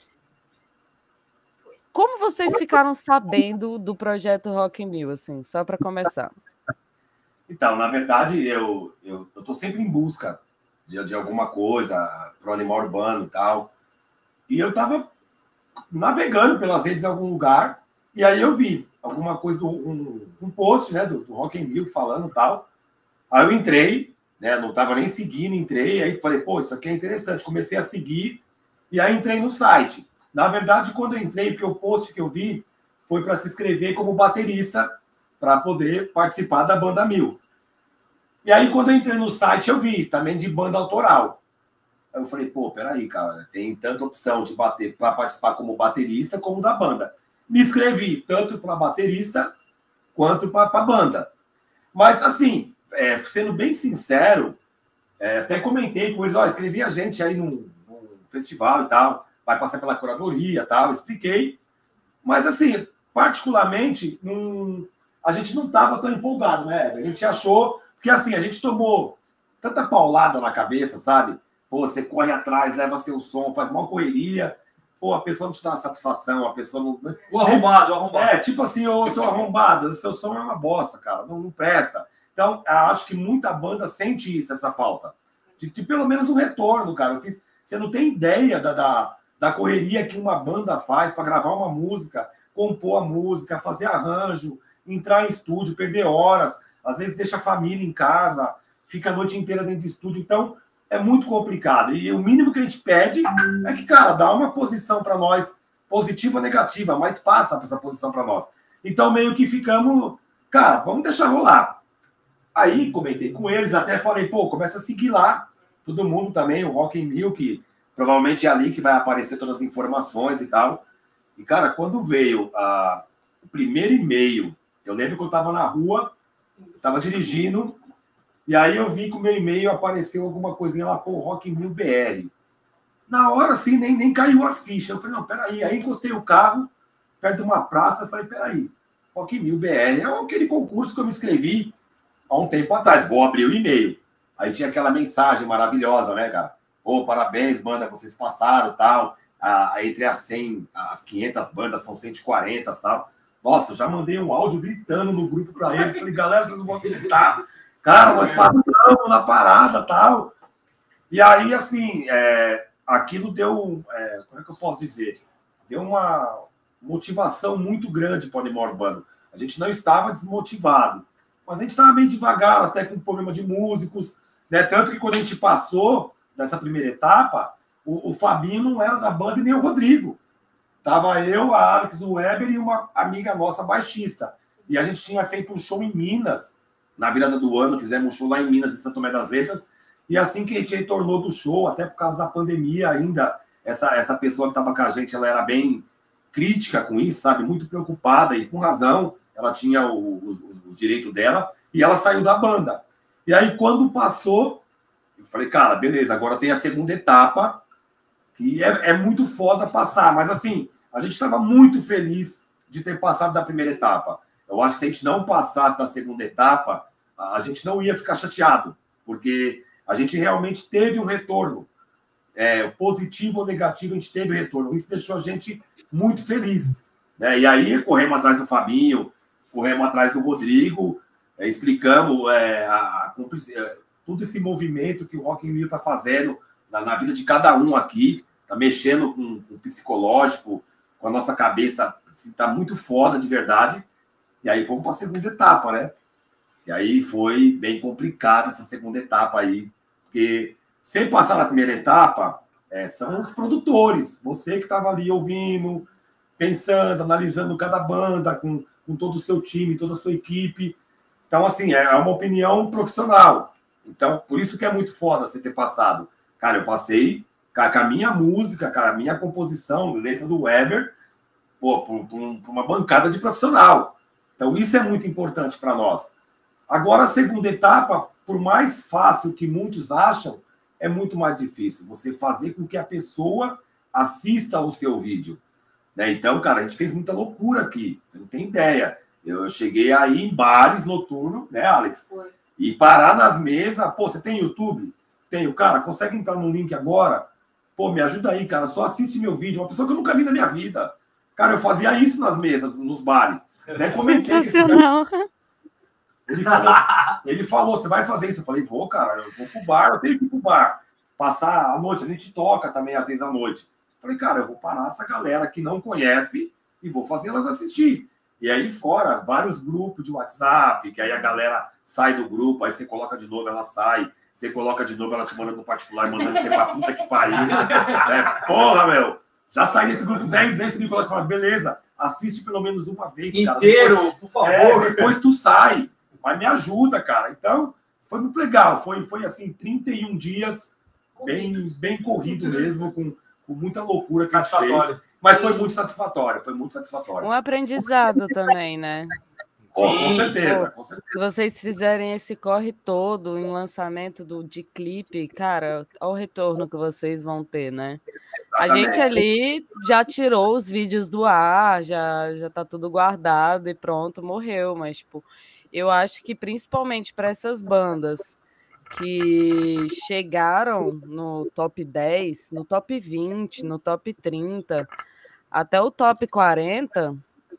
Como vocês ficaram sabendo do projeto Rock in Rio, assim, só para começar? Então, na verdade, eu eu estou sempre em busca de, de alguma coisa para o Animal Urbano e tal. E eu estava navegando pelas redes em algum lugar, e aí eu vi alguma coisa, do, um, um post, né, do, do Rock in Rio falando e tal. Aí eu entrei, né, não estava nem seguindo, entrei, aí falei, pô, isso aqui é interessante. Comecei a seguir, e aí entrei no site. Na verdade, quando eu entrei, porque o post que eu vi foi para se inscrever como baterista para poder participar da Banda Mil. E aí, quando eu entrei no site, eu vi também de banda autoral. Aí eu falei, pô, peraí, cara, tem tanta opção de bater para participar como baterista como da banda. Me inscrevi tanto para baterista quanto para a banda. Mas, assim, é, sendo bem sincero, é, até comentei com eles, ó, escrevi a gente aí num, num festival e tal, vai passar pela curadoria e tal, expliquei. Mas, assim, particularmente, num, a gente não estava tão empolgado, né? A gente achou... Porque, assim, a gente tomou tanta paulada na cabeça, sabe? Pô, você corre atrás, leva seu som, faz uma correria... Pô, a pessoa não te dá uma satisfação, a pessoa não... O arrombado, o arrombado. É, tipo assim, ô, seu arrombado, o seu som é uma bosta, cara, não, não presta. Então, eu acho que muita banda sente isso, essa falta. De, de pelo menos um retorno, cara. Eu fiz, você não tem ideia da, da, da correria que uma banda faz para gravar uma música, compor a música, fazer arranjo, entrar em estúdio, perder horas, às vezes deixa a família em casa, fica a noite inteira dentro do estúdio. Então, é muito complicado. E o mínimo que a gente pede é que, cara, dá uma posição para nós, positiva ou negativa, mas passa essa posição para nós. Então, meio que ficamos, cara, vamos deixar rolar. Aí, comentei com eles, até falei, pô, começa a seguir lá, todo mundo também, o Rock in Rio, que provavelmente é ali que vai aparecer todas as informações e tal. E, cara, quando veio a, o primeiro e-mail, eu lembro que eu estava na rua, estava dirigindo, e aí eu vi que o meu e-mail apareceu alguma coisinha lá, pô, Rock in Rio B R. Na hora, assim, nem, nem caiu a ficha. Eu falei, não, peraí. Aí encostei o carro perto de uma praça, falei, peraí, Rock in Rio B R é aquele concurso que eu me inscrevi há um tempo atrás. Vou abrir o e-mail. Aí tinha aquela mensagem maravilhosa, né, cara? Pô, parabéns, banda, vocês passaram, tal. Ah, entre as cem, as quinhentas bandas, são cento e quarenta, tal. Nossa, eu já mandei um áudio gritando no grupo para eles. Falei, galera, vocês não vão acreditar. Cara, nós passamos na parada, tal. E aí, assim, é, aquilo deu, é, como é que eu posso dizer? Deu uma motivação muito grande para o Animal Urbano. A gente não estava desmotivado, mas a gente estava meio devagar, até com problema de músicos, né? Tanto que quando a gente passou nessa primeira etapa, o, o Fabinho não era da banda e nem o Rodrigo. Tava eu, a Alex, o Weber e uma amiga nossa baixista. E a gente tinha feito um show em Minas, na virada do ano, fizemos um show lá em Minas, em São Tomé das Letras, e assim que a gente retornou do show, até por causa da pandemia ainda, essa, essa pessoa que estava com a gente, ela era bem crítica com isso, sabe? Muito preocupada, e com razão, ela tinha os, os, os direitos dela, e ela saiu da banda. E aí, quando passou, eu falei, cara, beleza, agora tem a segunda etapa, que é, é muito foda passar, mas assim, a gente estava muito feliz de ter passado da primeira etapa. Eu acho que se a gente não passasse da segunda etapa, a gente não ia ficar chateado, porque a gente realmente teve um retorno. É, positivo ou negativo, a gente teve um retorno. Isso deixou a gente muito feliz. Né? E aí, corremos atrás do Fabinho, corremos atrás do Rodrigo, é, explicamos é, a, a, todo esse movimento que o Rock in Rio está fazendo na, na vida de cada um aqui, está mexendo com, com o psicológico, com a nossa cabeça, está assim, muito foda de verdade. E aí fomos para a segunda etapa, né? E aí foi bem complicada essa segunda etapa aí, porque sem passar na primeira etapa, é, são os produtores, você que estava ali ouvindo, pensando, analisando cada banda, com, com todo o seu time, toda a sua equipe. Então, assim, é uma opinião profissional. Então, por isso que é muito foda você ter passado. Cara, eu passei com a minha música, com a minha composição, letra do Weber, pô, por, por, por uma bancada de profissional. Então, isso é muito importante para nós. Agora, a segunda etapa, por mais fácil que muitos acham, é muito mais difícil. Você fazer com que a pessoa assista o seu vídeo. Né? Então, cara, a gente fez muita loucura aqui. Você não tem ideia. Eu cheguei aí em bares noturnos, né, Alex? Foi. E parar nas mesas. Pô, você tem YouTube? Tenho. Cara, consegue entrar no link agora? Pô, me ajuda aí, cara. Só assiste meu vídeo. Uma pessoa que eu nunca vi na minha vida. Cara, eu fazia isso nas mesas, nos bares. Né? Comentei que esse cara... Ele falou, ele falou, você vai fazer isso? Eu falei, vou, cara, eu vou pro bar, eu tenho que ir pro bar. Passar a noite, a gente toca também, às vezes, à noite. Eu falei, cara, eu vou parar essa galera que não conhece e vou fazer elas assistir. E aí fora, vários grupos de WhatsApp, que aí a galera sai do grupo, aí você coloca de novo, ela sai. Você coloca de novo, ela te manda no particular, mandando você pra puta que pariu. É, porra, meu! Já saí desse grupo dez vezes, você me coloca e fala, beleza, assiste pelo menos uma vez, cara. Inteiro, depois, por favor. É, depois tu sai. Mas me ajuda, cara. Então, foi muito legal. Foi, foi assim, trinta e um dias bem, bem corrido mesmo, com, com muita loucura que a gente fez. Mas foi muito satisfatório, foi muito satisfatório. Um aprendizado também, né? Oh, com certeza, com certeza. Se vocês fizerem esse corre todo em lançamento do, de clipe, cara, olha o retorno que vocês vão ter, né? Exatamente. A gente ali já tirou os vídeos do ar, já, já tá tudo guardado e pronto, morreu. Mas, tipo, eu acho que principalmente para essas bandas que chegaram no top dez, no top vinte, no top trinta, até o top quarenta,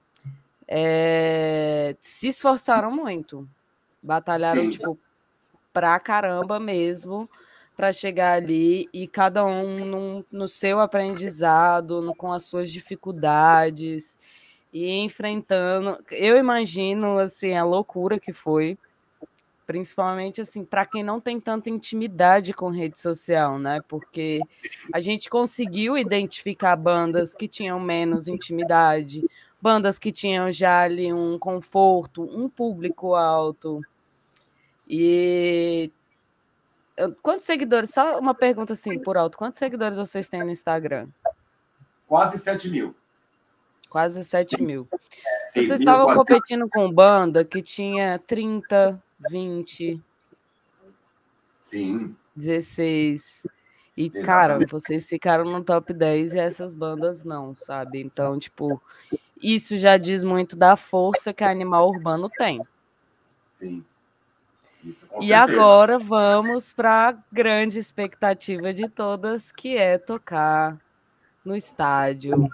é, se esforçaram muito. Batalharam, Sim. tipo, pra caramba mesmo, para chegar ali, e cada um num, no seu aprendizado, no, com as suas dificuldades, e enfrentando. Eu imagino, assim, a loucura que foi, principalmente assim, para quem não tem tanta intimidade com rede social, né? Porque a gente conseguiu identificar bandas que tinham menos intimidade, bandas que tinham já ali um conforto, um público alto. E quantos seguidores? Só uma pergunta assim, por alto. Quantos seguidores vocês têm no Instagram? Quase sete mil. Quase sete mil. Vocês estavam competindo com banda que tinha trinta, vinte... Sim. dezesseis. E, Exatamente. Cara, vocês ficaram no top dez e essas bandas não, sabe? Então, tipo, isso já diz muito da força que a Animal Urbano tem. Sim. Isso, com e certeza. Agora vamos para a grande expectativa de todas, que é tocar no estádio.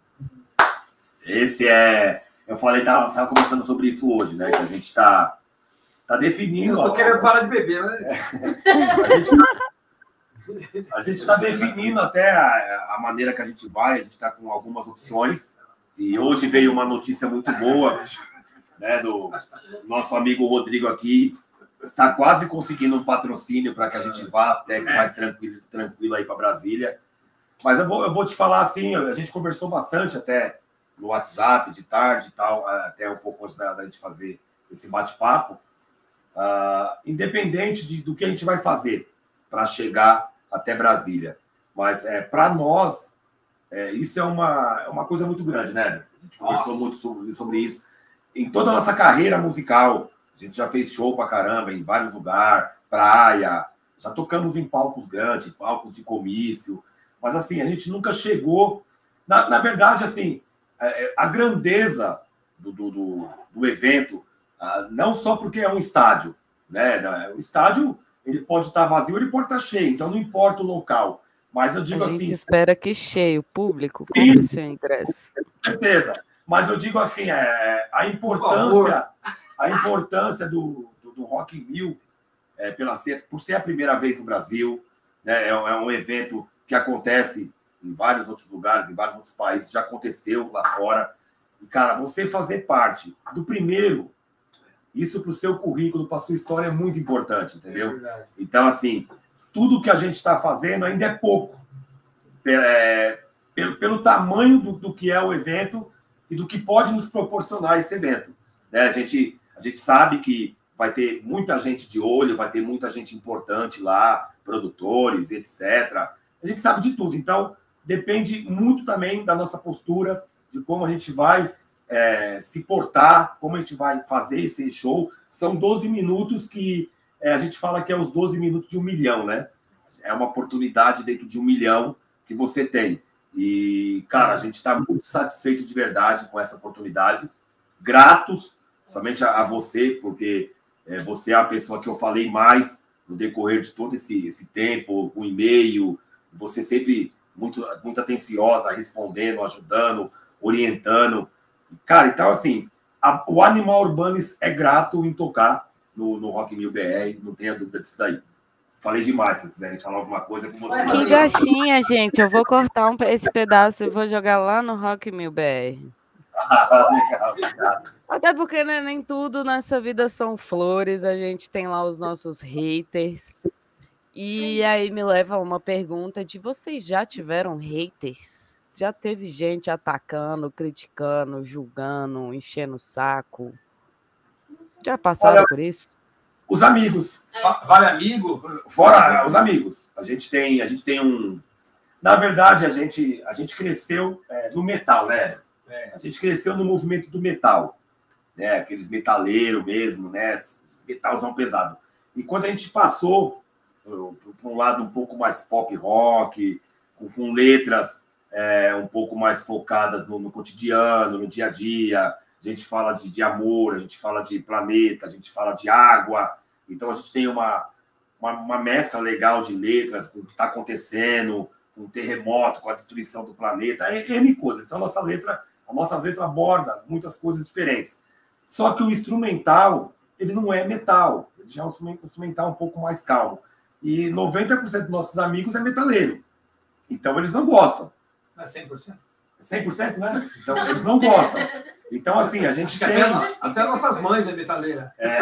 Esse é... Eu falei, tava, tava conversando sobre isso hoje, né? Que a gente tá, tá definindo... Eu tô ó, querendo parar de beber, né? A gente tá... A gente está definindo até a, a maneira que a gente vai, a gente está com algumas opções, e hoje veio uma notícia muito boa, né, do nosso amigo Rodrigo aqui, está quase conseguindo um patrocínio para que a gente vá até mais tranquilo, tranquilo aí para Brasília. Mas eu vou, eu vou te falar assim, a gente conversou bastante até no WhatsApp, de tarde e tal, até um pouco antes da, da gente fazer esse bate-papo, uh, independente de, do que a gente vai fazer para chegar até Brasília. Mas é, para nós, é, isso é uma, é uma coisa muito grande, né? A gente conversou muito sobre, sobre isso. Em toda a nossa carreira musical, a gente já fez show pra caramba em vários lugares, praia, já tocamos em palcos grandes, palcos de comício, mas assim, a gente nunca chegou... Na, na verdade, assim, a grandeza do, do, do, do evento, não só porque é um estádio, né? O estádio... Ele pode estar vazio, ele pode estar cheio, então não importa o local. Mas eu digo assim... A gente assim, espera que cheio, público, compre o seu ingresso. Com certeza. Mas eu digo assim, é, a importância, a importância do, do, do Rock in Rio, é, pela ser, por ser a primeira vez no Brasil, né, é, é um evento que acontece em vários outros lugares, em vários outros países, já aconteceu lá fora. E, cara, você fazer parte do primeiro... Isso para o seu currículo, para a sua história é muito importante, entendeu? É então, assim, tudo que a gente está fazendo ainda é pouco. É, pelo, pelo tamanho do, do que é o evento e do que pode nos proporcionar esse evento. Né? A gente, a gente sabe que vai ter muita gente de olho, vai ter muita gente importante lá, produtores, etcétera. A gente sabe de tudo. Então, depende muito também da nossa postura, de como a gente vai... É, se portar, como a gente vai fazer esse show. São doze minutos que é, a gente fala que é os doze minutos de um milhão, né? É uma oportunidade dentro de um milhão que você tem. E, cara, a gente está muito satisfeito de verdade com essa oportunidade. Gratos somente a, a você, porque é, você é a pessoa que eu falei mais no decorrer de todo esse, esse tempo, o e-mail. Você sempre muito, muito atenciosa, respondendo, ajudando, orientando. Cara, então, assim, a, o Animal Urbano é grato em tocar no, no Rock in Rio B R, não tenha dúvida disso daí. Falei demais, se vocês quiserem falar alguma coisa com vocês. Que gatinha, gente, eu vou cortar um, esse pedaço e vou jogar lá no Rock in Rio B R. Legal, obrigado. Até porque, né, nem tudo nessa vida são flores, a gente tem lá os nossos haters. E aí me leva a uma pergunta de: vocês já tiveram haters? Já teve gente atacando, criticando, julgando, enchendo o saco? Já passaram Olha, por isso? Os amigos. Vale amigo? Fora os amigos. A gente tem, a gente tem um... Na verdade, a gente, a gente cresceu é, no metal, né? É. A gente cresceu no movimento do metal. né? Aqueles metaleiros mesmo, né? Metalzão pesado. E quando a gente passou para um lado um pouco mais pop rock, com, com letras é, um pouco mais focadas no, no cotidiano, no dia a dia, a gente fala de, de amor, a gente fala de planeta, a gente fala de água. Então a gente tem uma, uma, uma mescla legal de letras com o que está acontecendo, com o terremoto, com a destruição do planeta, é N coisas. Então a nossa letra, a nossa letra aborda muitas coisas diferentes. Só que o instrumental, ele não é metal, ele já é um instrumental um pouco mais calmo. E noventa por cento dos nossos amigos é metaleiro. Então eles não gostam. Não é cem por cento? É cem por cento, né? Então eles não gostam. Então, assim, a gente tem... Até, até nossas mães é metaleira. É.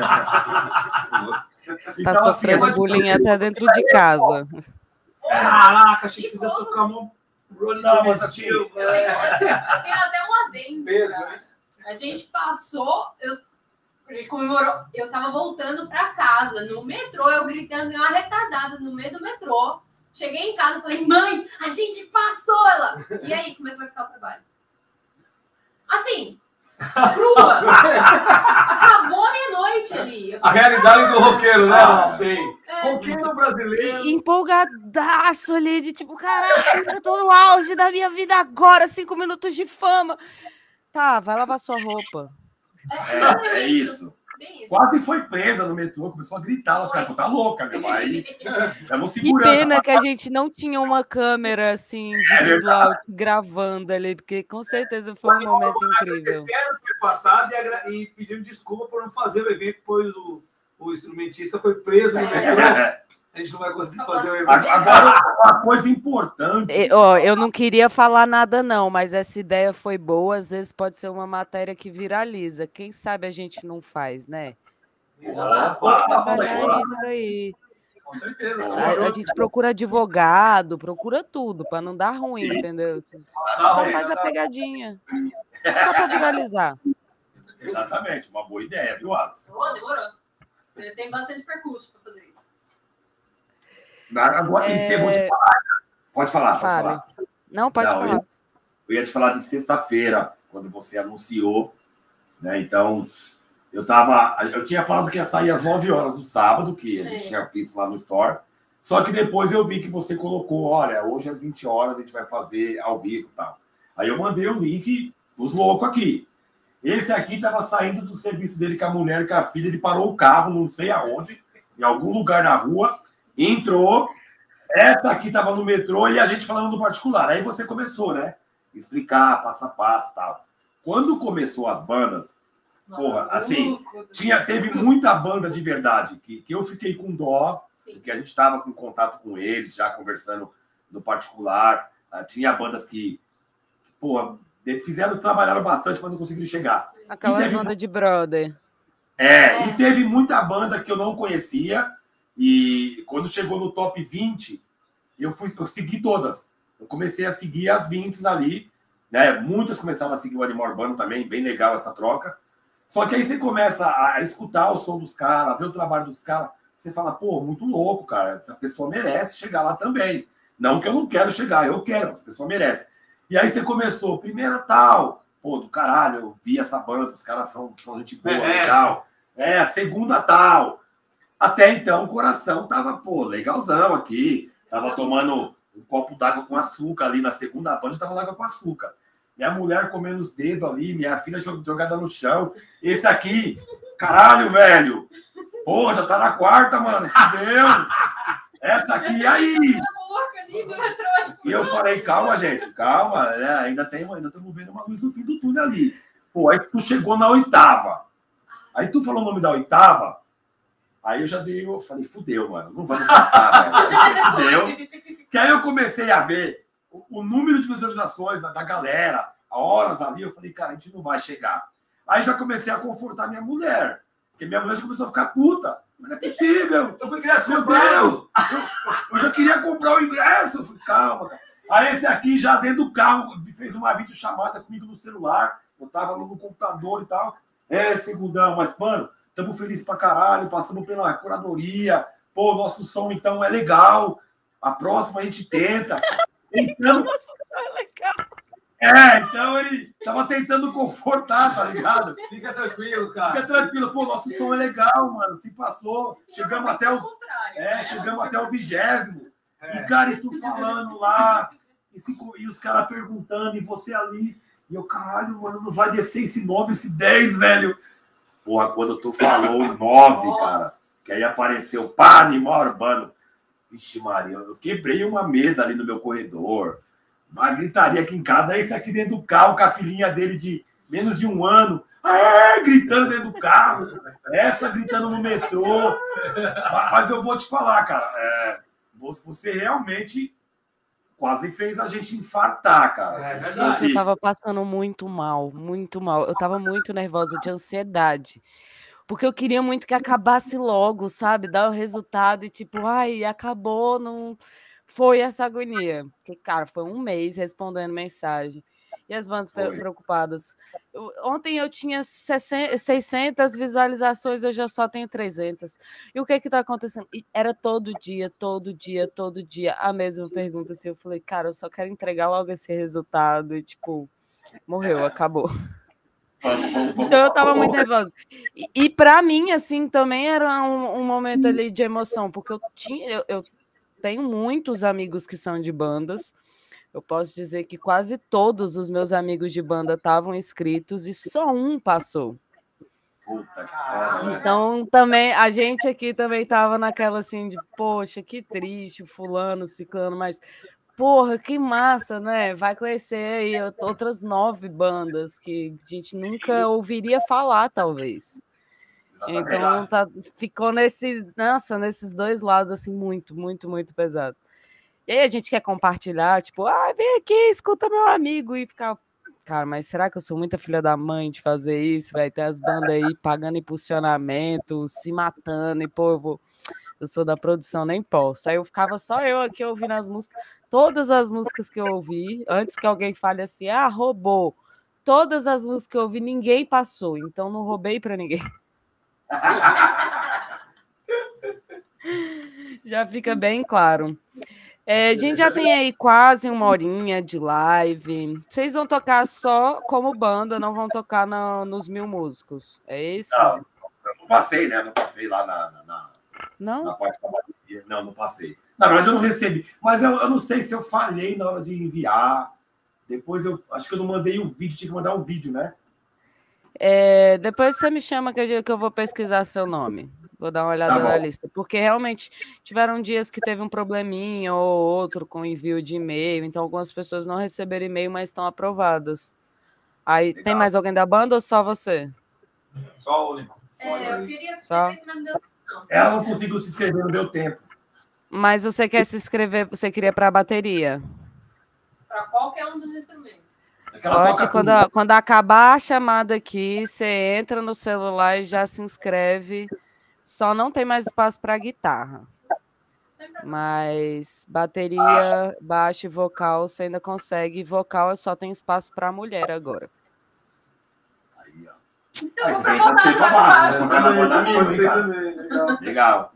Então, tá sofrendo assim, bullying até dentro de casa. Caraca, achei que vocês iam tocar um Rolling Não, mas assim... Eu tenho até um adendo. Peso, né? A gente passou... Eu... A gente comemorou, eu tava voltando pra casa, no metrô, eu gritando, uma retardada no meio do metrô. Cheguei em casa e falei, mãe, a gente passou! Ela, e aí, como é que vai ficar o trabalho? Assim, crua. Acabou a minha noite ali. A realidade do roqueiro, né? Ah, sei. É. Roqueiro brasileiro. E, empolgadaço ali, de tipo, caraca, eu tô no auge da minha vida agora, cinco minutos de fama. Tá, vai lavar sua roupa. É, é isso. isso. Quase foi presa no metrô, começou a gritar. As pessoas, tá louca, meu pai. Que pena que a gente não tinha uma câmera assim de visual é gravando ali, porque com certeza foi um momento incrível. Foi passado e, e pedindo desculpa por não fazer o evento, pois o, o instrumentista foi preso no metrô. A gente não vai conseguir fazer o evento. Agora, uma coisa importante... E, ó, eu não queria falar nada, não, mas essa ideia foi boa. Às vezes pode ser uma matéria que viraliza. Quem sabe a gente não faz, né? Exato. Isso aí. Com certeza. A, a gente procura advogado, procura tudo, para não dar ruim, sim, entendeu? Só faz a pegadinha. Só para viralizar. Exatamente, uma boa ideia, viu, Alisson? Oh, demorou. Tem bastante percurso para fazer isso. Agora, é... vou te falar. Pode falar, pode Fale. falar. Não, pode não, falar. Eu, eu ia te falar de sexta-feira, quando você anunciou, né? Então, eu tava. Eu tinha falado que ia sair às nove horas do sábado, que a gente é. tinha visto lá no Store. Só que depois eu vi que você colocou, olha, hoje às vinte horas a gente vai fazer ao vivo e tal. Aí eu mandei o link dos loucos aqui. Esse aqui estava saindo do serviço dele com a mulher e com a filha, ele parou o carro, não sei aonde, em algum lugar na rua. Entrou, essa aqui estava no metrô e a gente falando do particular. Aí você começou, né? Explicar, passo a passo e tal. Quando começou as bandas, porra, assim, tinha, teve muita banda de verdade que, que eu fiquei com dó, sim, porque a gente estava com contato com eles, já conversando no particular. Tinha bandas que, que porra, fizeram, trabalharam bastante, mas não conseguiram chegar. Aquela teve, banda de brother. É, é, e teve muita banda que eu não conhecia. E quando chegou no top vinte, eu, fui, eu segui todas. Eu comecei a seguir as vinte ali, né? Muitas começaram a seguir o Animal Urbano também, bem legal essa troca. Só que aí você começa a escutar o som dos caras, ver o trabalho dos caras, você fala, pô, muito louco, cara, essa pessoa merece chegar lá também. Não que eu não quero chegar, eu quero, essa pessoa merece. E aí você começou, primeira tal, pô, do caralho, eu vi essa banda, os caras são, são gente boa, é legal. É, a segunda tal. Até então, o coração tava, pô, legalzão aqui. Tava tomando um copo d'água com açúcar ali na segunda banda, tava água com açúcar. Minha mulher comendo os dedos ali, minha filha jogada no chão. Esse aqui, caralho, velho. Pô, já tá na quarta, mano. Fudeu. Essa aqui, e aí? E eu falei, calma, gente, calma. É, ainda tem, ainda estamos vendo uma luz no fim do túnel ali. Pô, aí tu chegou na oitava. Aí tu falou o nome da oitava. Aí eu já dei, eu falei, fudeu, mano, não vamos passar, velho. Fudeu. Que aí eu comecei a ver o, o número de visualizações da, da galera, horas ali, eu falei, cara, a gente não vai chegar. Aí já comecei a confortar minha mulher, porque minha mulher já começou a ficar puta. Mas não é possível. Eu fui ingresso, meu Deus. Eu, eu já queria comprar o ingresso. Eu falei, calma, cara. Aí esse aqui já dentro do carro fez uma videochamada comigo no celular. Eu tava no computador e tal. É, segundão, mas, mano, estamos felizes pra caralho, passamos pela curadoria. Pô, nosso som, então, é legal. A próxima a gente tenta. Então, nosso som é legal. É, então ele tava tentando confortar, tá ligado? Fica tranquilo, cara. Fica tranquilo, pô, nosso som é legal, mano. Se passou, chegamos até o. É, chegamos até o vigésimo. E, cara, e tu falando lá, e, cinco, e os caras perguntando, e você ali. E eu, caralho, mano, não vai descer esse nove, esse dez, velho. Porra, quando tu falou o nove, cara, que aí apareceu, pá, Animal Urbano. Vixe, Maria, eu quebrei uma mesa ali no meu corredor. Uma gritaria aqui em casa, esse aqui dentro do carro, com a filhinha dele de menos de um ano. Ah, gritando dentro do carro. Essa gritando no metrô. Mas eu vou te falar, cara, é, você realmente quase fez a gente infartar, cara. É verdade. Eu tava passando muito mal, muito mal. Eu tava muito nervosa, de ansiedade. Porque eu queria muito que acabasse logo, sabe? Dar o resultado e tipo, ai, acabou, não foi essa agonia. Porque, cara, foi um mês respondendo mensagem. E as bandas foi. preocupadas. Eu, ontem eu tinha seiscentas visualizações, eu já só tenho trezentas. E o que que tá acontecendo? E era todo dia, todo dia, todo dia a mesma pergunta. Assim, eu falei, cara, eu só quero entregar logo esse resultado. E, tipo, morreu, acabou. Então eu tava muito nervosa. E, e para mim, assim, também era um, um momento ali de emoção, porque eu tinha, eu, eu tenho muitos amigos que são de bandas. Eu posso dizer que quase todos os meus amigos de banda estavam inscritos e só um passou. Puta que foda, então, né? Também, a gente aqui também tava naquela assim de, poxa, que triste, fulano, ciclano, mas, porra, que massa, né? Vai conhecer aí outras nove bandas que a gente Sim. nunca ouviria falar, talvez. Exatamente. Então, tá, ficou nesse, nossa, nesses dois lados, assim, muito, muito, muito pesado. E aí a gente quer compartilhar, tipo, ah, vem aqui, escuta meu amigo, e ficar, cara, mas será que eu sou muita filha da mãe de fazer isso? Vai ter as bandas aí pagando impulsionamento, se matando, e pô, eu, vou... eu sou da produção, nem posso. Aí eu ficava só eu aqui ouvindo as músicas, todas as músicas que eu ouvi, antes que alguém fale assim, ah, roubou. Todas as músicas que eu ouvi, ninguém passou, então não roubei para ninguém. Já fica bem claro. É, a gente já tem aí quase uma horinha de live. Vocês vão tocar só como banda, não vão tocar no, nos mil músicos. É isso? Não, eu não passei, né? Não passei lá na, na, na, não? na parte da bateria. Não, não passei. Na verdade, eu não recebi. Mas eu, eu não sei se eu falhei na hora de enviar. Depois eu acho que eu não mandei o vídeo, tinha que mandar um vídeo, né? É, depois você me chama que eu, que eu vou pesquisar seu nome. Vou dar uma olhada tá na lista. Porque realmente tiveram dias que teve um probleminha ou outro com envio de e-mail. Então, algumas pessoas não receberam e-mail, mas estão aprovadas. Aí, Legal. Tem mais alguém da banda ou só você? Só o Limão. É, eu queria só? Ela não conseguiu se inscrever no meu tempo. Mas você quer se inscrever, você queria para a bateria? Para qualquer um dos instrumentos. Pode, quando, a, quando acabar a chamada aqui, você entra no celular e já se inscreve. Só não tem mais espaço para guitarra. Mas bateria, baixo e vocal você ainda consegue. Vocal só tem espaço para mulher agora. Aí, ó. Mas tem como ser para baixo, né? Pode ser também. Legal. Legal.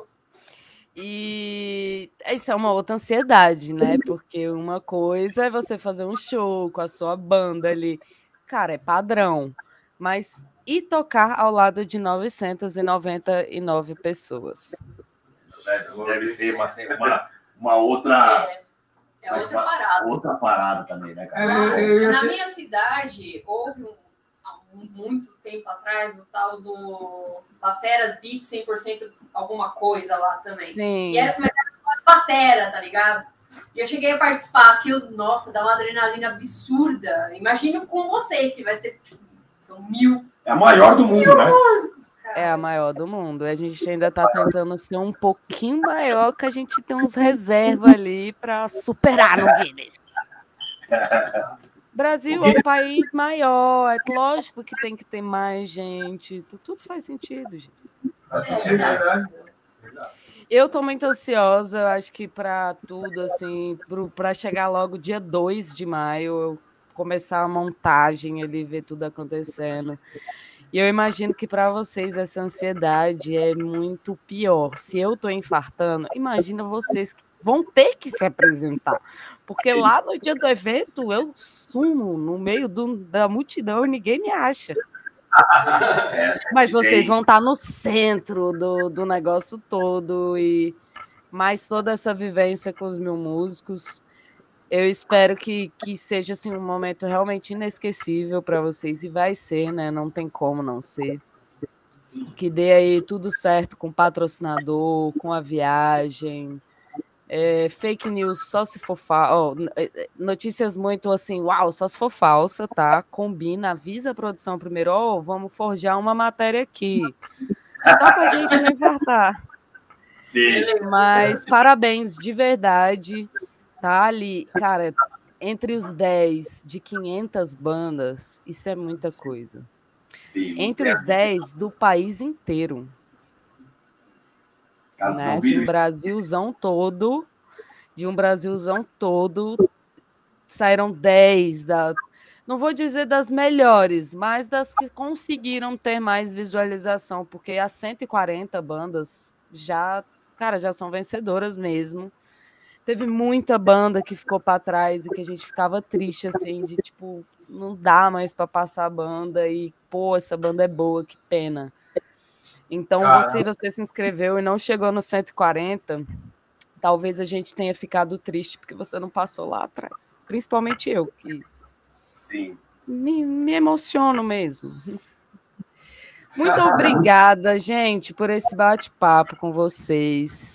E isso é uma outra ansiedade, né? Porque uma coisa é você fazer um show com a sua banda ali. Cara, é padrão. Mas e tocar ao lado de novecentas e noventa e nove pessoas? Deve, deve ser uma, uma, uma outra... É, é outra uma, parada. Outra parada também, né, cara? É, Na minha cidade, houve um, há muito tempo atrás o tal do Bateras Beat cem por cento alguma coisa lá também. Sim. E era, mas era só batera, tá ligado? E eu cheguei a participar, aquilo, nossa, dá uma adrenalina absurda. Imagino com vocês, que vai ser, tipo, são mil. É a maior do mundo, mil né? músicos, é a maior do mundo. A gente ainda tá tentando ser um pouquinho maior, que a gente tem uns reservas ali para superar no Guinness. Brasil é um país maior, é lógico que tem que ter mais gente. Tudo faz sentido, gente. Faz sentido, é verdade. Eu tô muito ansiosa, eu acho que para tudo, assim, para chegar logo dia dois de maio, eu começar a montagem ali, ver tudo acontecendo. E eu imagino que para vocês essa ansiedade é muito pior. Se eu tô infartando, imagina vocês que vão ter que se apresentar. porque lá no dia do evento eu sumo no meio do, da multidão e ninguém me acha. É, Mas vocês tem... vão estar no centro do, do negócio todo e mais toda essa vivência com os mil músicos. Eu espero que, que seja assim, um momento realmente inesquecível para vocês, e vai ser, né? Não tem como não ser. Sim. Que dê aí tudo certo com o patrocinador, com a viagem. É, fake news só se for falsa. Oh, notícias muito assim, uau, só se for falsa, tá? Combina, avisa a produção primeiro, ó, oh, vamos forjar uma matéria aqui. Só pra gente não infartar. Sim. Mas parabéns, de verdade. Tá ali, cara, entre os dez de quinhentas bandas, isso é muita coisa. Sim, entre os dez do país inteiro. Né? De um Brasilzão todo, de um Brasilzão todo, saíram dez da... Não vou dizer das melhores, mas das que conseguiram ter mais visualização, porque as cento e quarenta bandas já, cara, já são vencedoras mesmo. Teve muita banda que ficou para trás e que a gente ficava triste, assim, de tipo, não dá mais para passar a banda e, pô, essa banda é boa, que pena. Então, se você se inscreveu e não chegou no cento e quarenta, talvez a gente tenha ficado triste porque você não passou lá atrás. Principalmente eu, que Sim. Me, me emociono mesmo. Muito obrigada, gente, por esse bate-papo com vocês.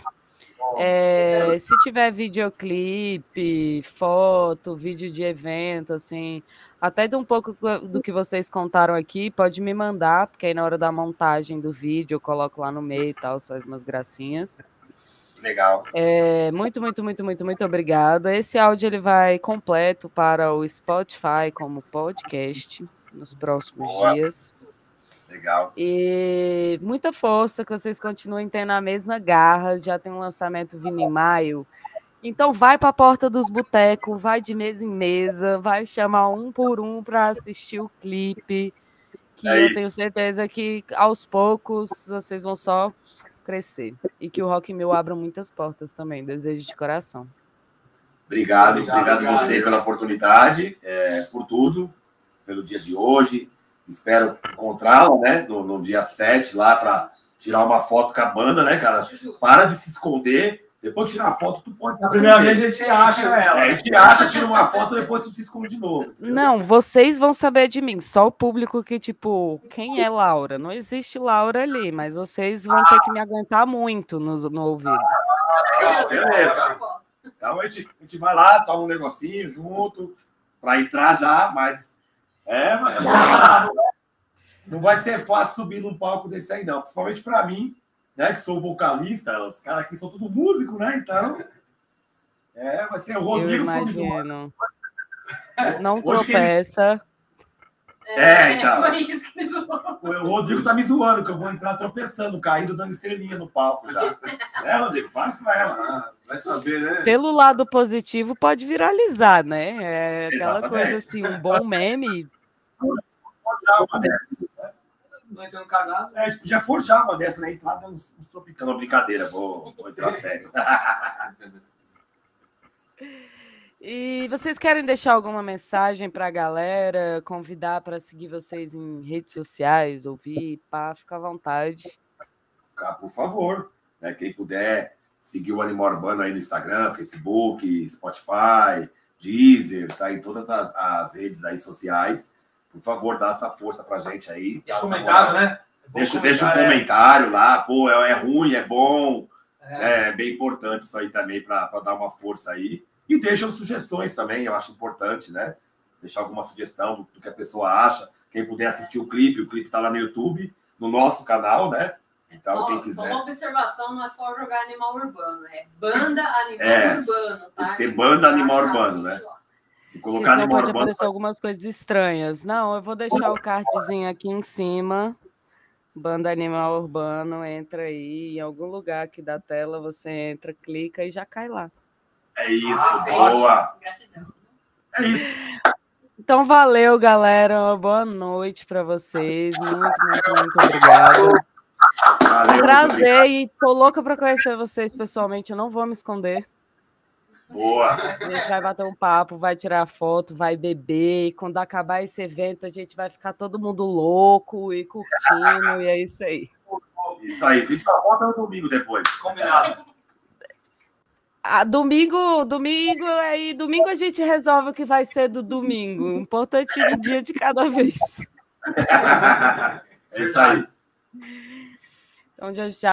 É, se tiver videoclipe, foto, vídeo de evento, assim, até de um pouco do que vocês contaram aqui, pode me mandar, porque aí na hora da montagem do vídeo eu coloco lá no meio e tal, só umas gracinhas. Legal. É, muito, muito, muito, muito, muito obrigada. Esse áudio ele vai completo para o Spotify como podcast nos próximos Boa. dias. Legal. E muita força, que vocês continuem tendo a mesma garra. Já tem um lançamento vindo em maio. Então vai para a porta dos botecos, vai de mesa em mesa, vai chamar um por um para assistir o clipe, que é eu isso. tenho certeza que aos poucos vocês vão só crescer. E que o Rock in Rio abra muitas portas também, desejo de coração. Obrigado, obrigado, obrigado você pela oportunidade, é, por tudo, pelo dia de hoje. Espero encontrá-la, né, no, no dia sete lá para tirar uma foto com a banda, né, cara? Para de se esconder. Depois de tirar a foto, tu pode... Na primeira vez a gente acha ela. É, a gente acha, tira uma foto, depois tu se esconde de novo. Entendeu? Não, vocês vão saber de mim. Só o público que, tipo, quem é Laura? Não existe Laura ali, mas vocês vão ter que me aguentar muito no, no ouvido. Ah, beleza. Então a gente, a gente vai lá, toma um negocinho junto, para entrar já, mas... É, mas... Não vai ser fácil subir num palco desse aí, não. Principalmente para mim, né, que sou vocalista, os caras aqui são tudo músico, né? Então, é, vai ser o Rodrigo. Eu imagino. Não tropeça. É, é, então. O Rodrigo tá me zoando, que eu vou entrar tropeçando, caindo, dando estrelinha no palco já. É, Rodrigo, fala isso pra ela. Vai saber, né? Pelo lado positivo, pode viralizar, né? É aquela Exatamente. coisa assim, um bom meme. Forjar uma dessa, né? Não entrando cagado. É, a gente podia forjar uma dessa, né? Entrar dando uns, uns tropicando. Uma brincadeira, vou, vou entrar sério. E vocês querem deixar alguma mensagem para a galera, convidar para seguir vocês em redes sociais, ouvir, pá, fica à vontade. Por favor, né? Quem puder seguir o Animal Urbano aí no Instagram, Facebook, Spotify, Deezer, tá em todas as, as redes aí sociais. Por favor, dá essa força pra gente aí. Deixa um comentário, né? É deixa, deixa um comentário é. lá, pô, é, é ruim, é bom. É, é bem importante isso aí também para dar uma força aí. E deixam sugestões também, eu acho importante, né? Deixar alguma sugestão do, do que a pessoa acha. Quem puder assistir o clipe, o clipe tá lá no YouTube, no nosso canal, né? Então, só, quem quiser. Só uma observação, não é só jogar Animal Urbano, é Banda Animal é, Urbano, tá? Tem que ser Banda Animal Urbano, né? Se colocar Animal Animal pode Urbano... aparecer algumas coisas estranhas. Não, eu vou deixar o cardzinho aqui em cima. Banda Animal Urbano, entra aí em algum lugar aqui da tela, você entra, clica e já cai lá. É isso, ah, boa! Gratidão. É isso. Então, valeu, galera. Uma boa noite para vocês. Muito, muito, muito obrigado. Valeu, prazer e tô louca para conhecer vocês pessoalmente. Eu não vou me esconder. Boa! A gente vai bater um papo, vai tirar foto, vai beber. E quando acabar esse evento, a gente vai ficar todo mundo louco e curtindo, e é isso aí. Isso aí, a gente só volta no domingo depois. Combinado. Ah, domingo, domingo, aí domingo a gente resolve o que vai ser do domingo. O importante é um dia de cada vez. É isso aí. Então, já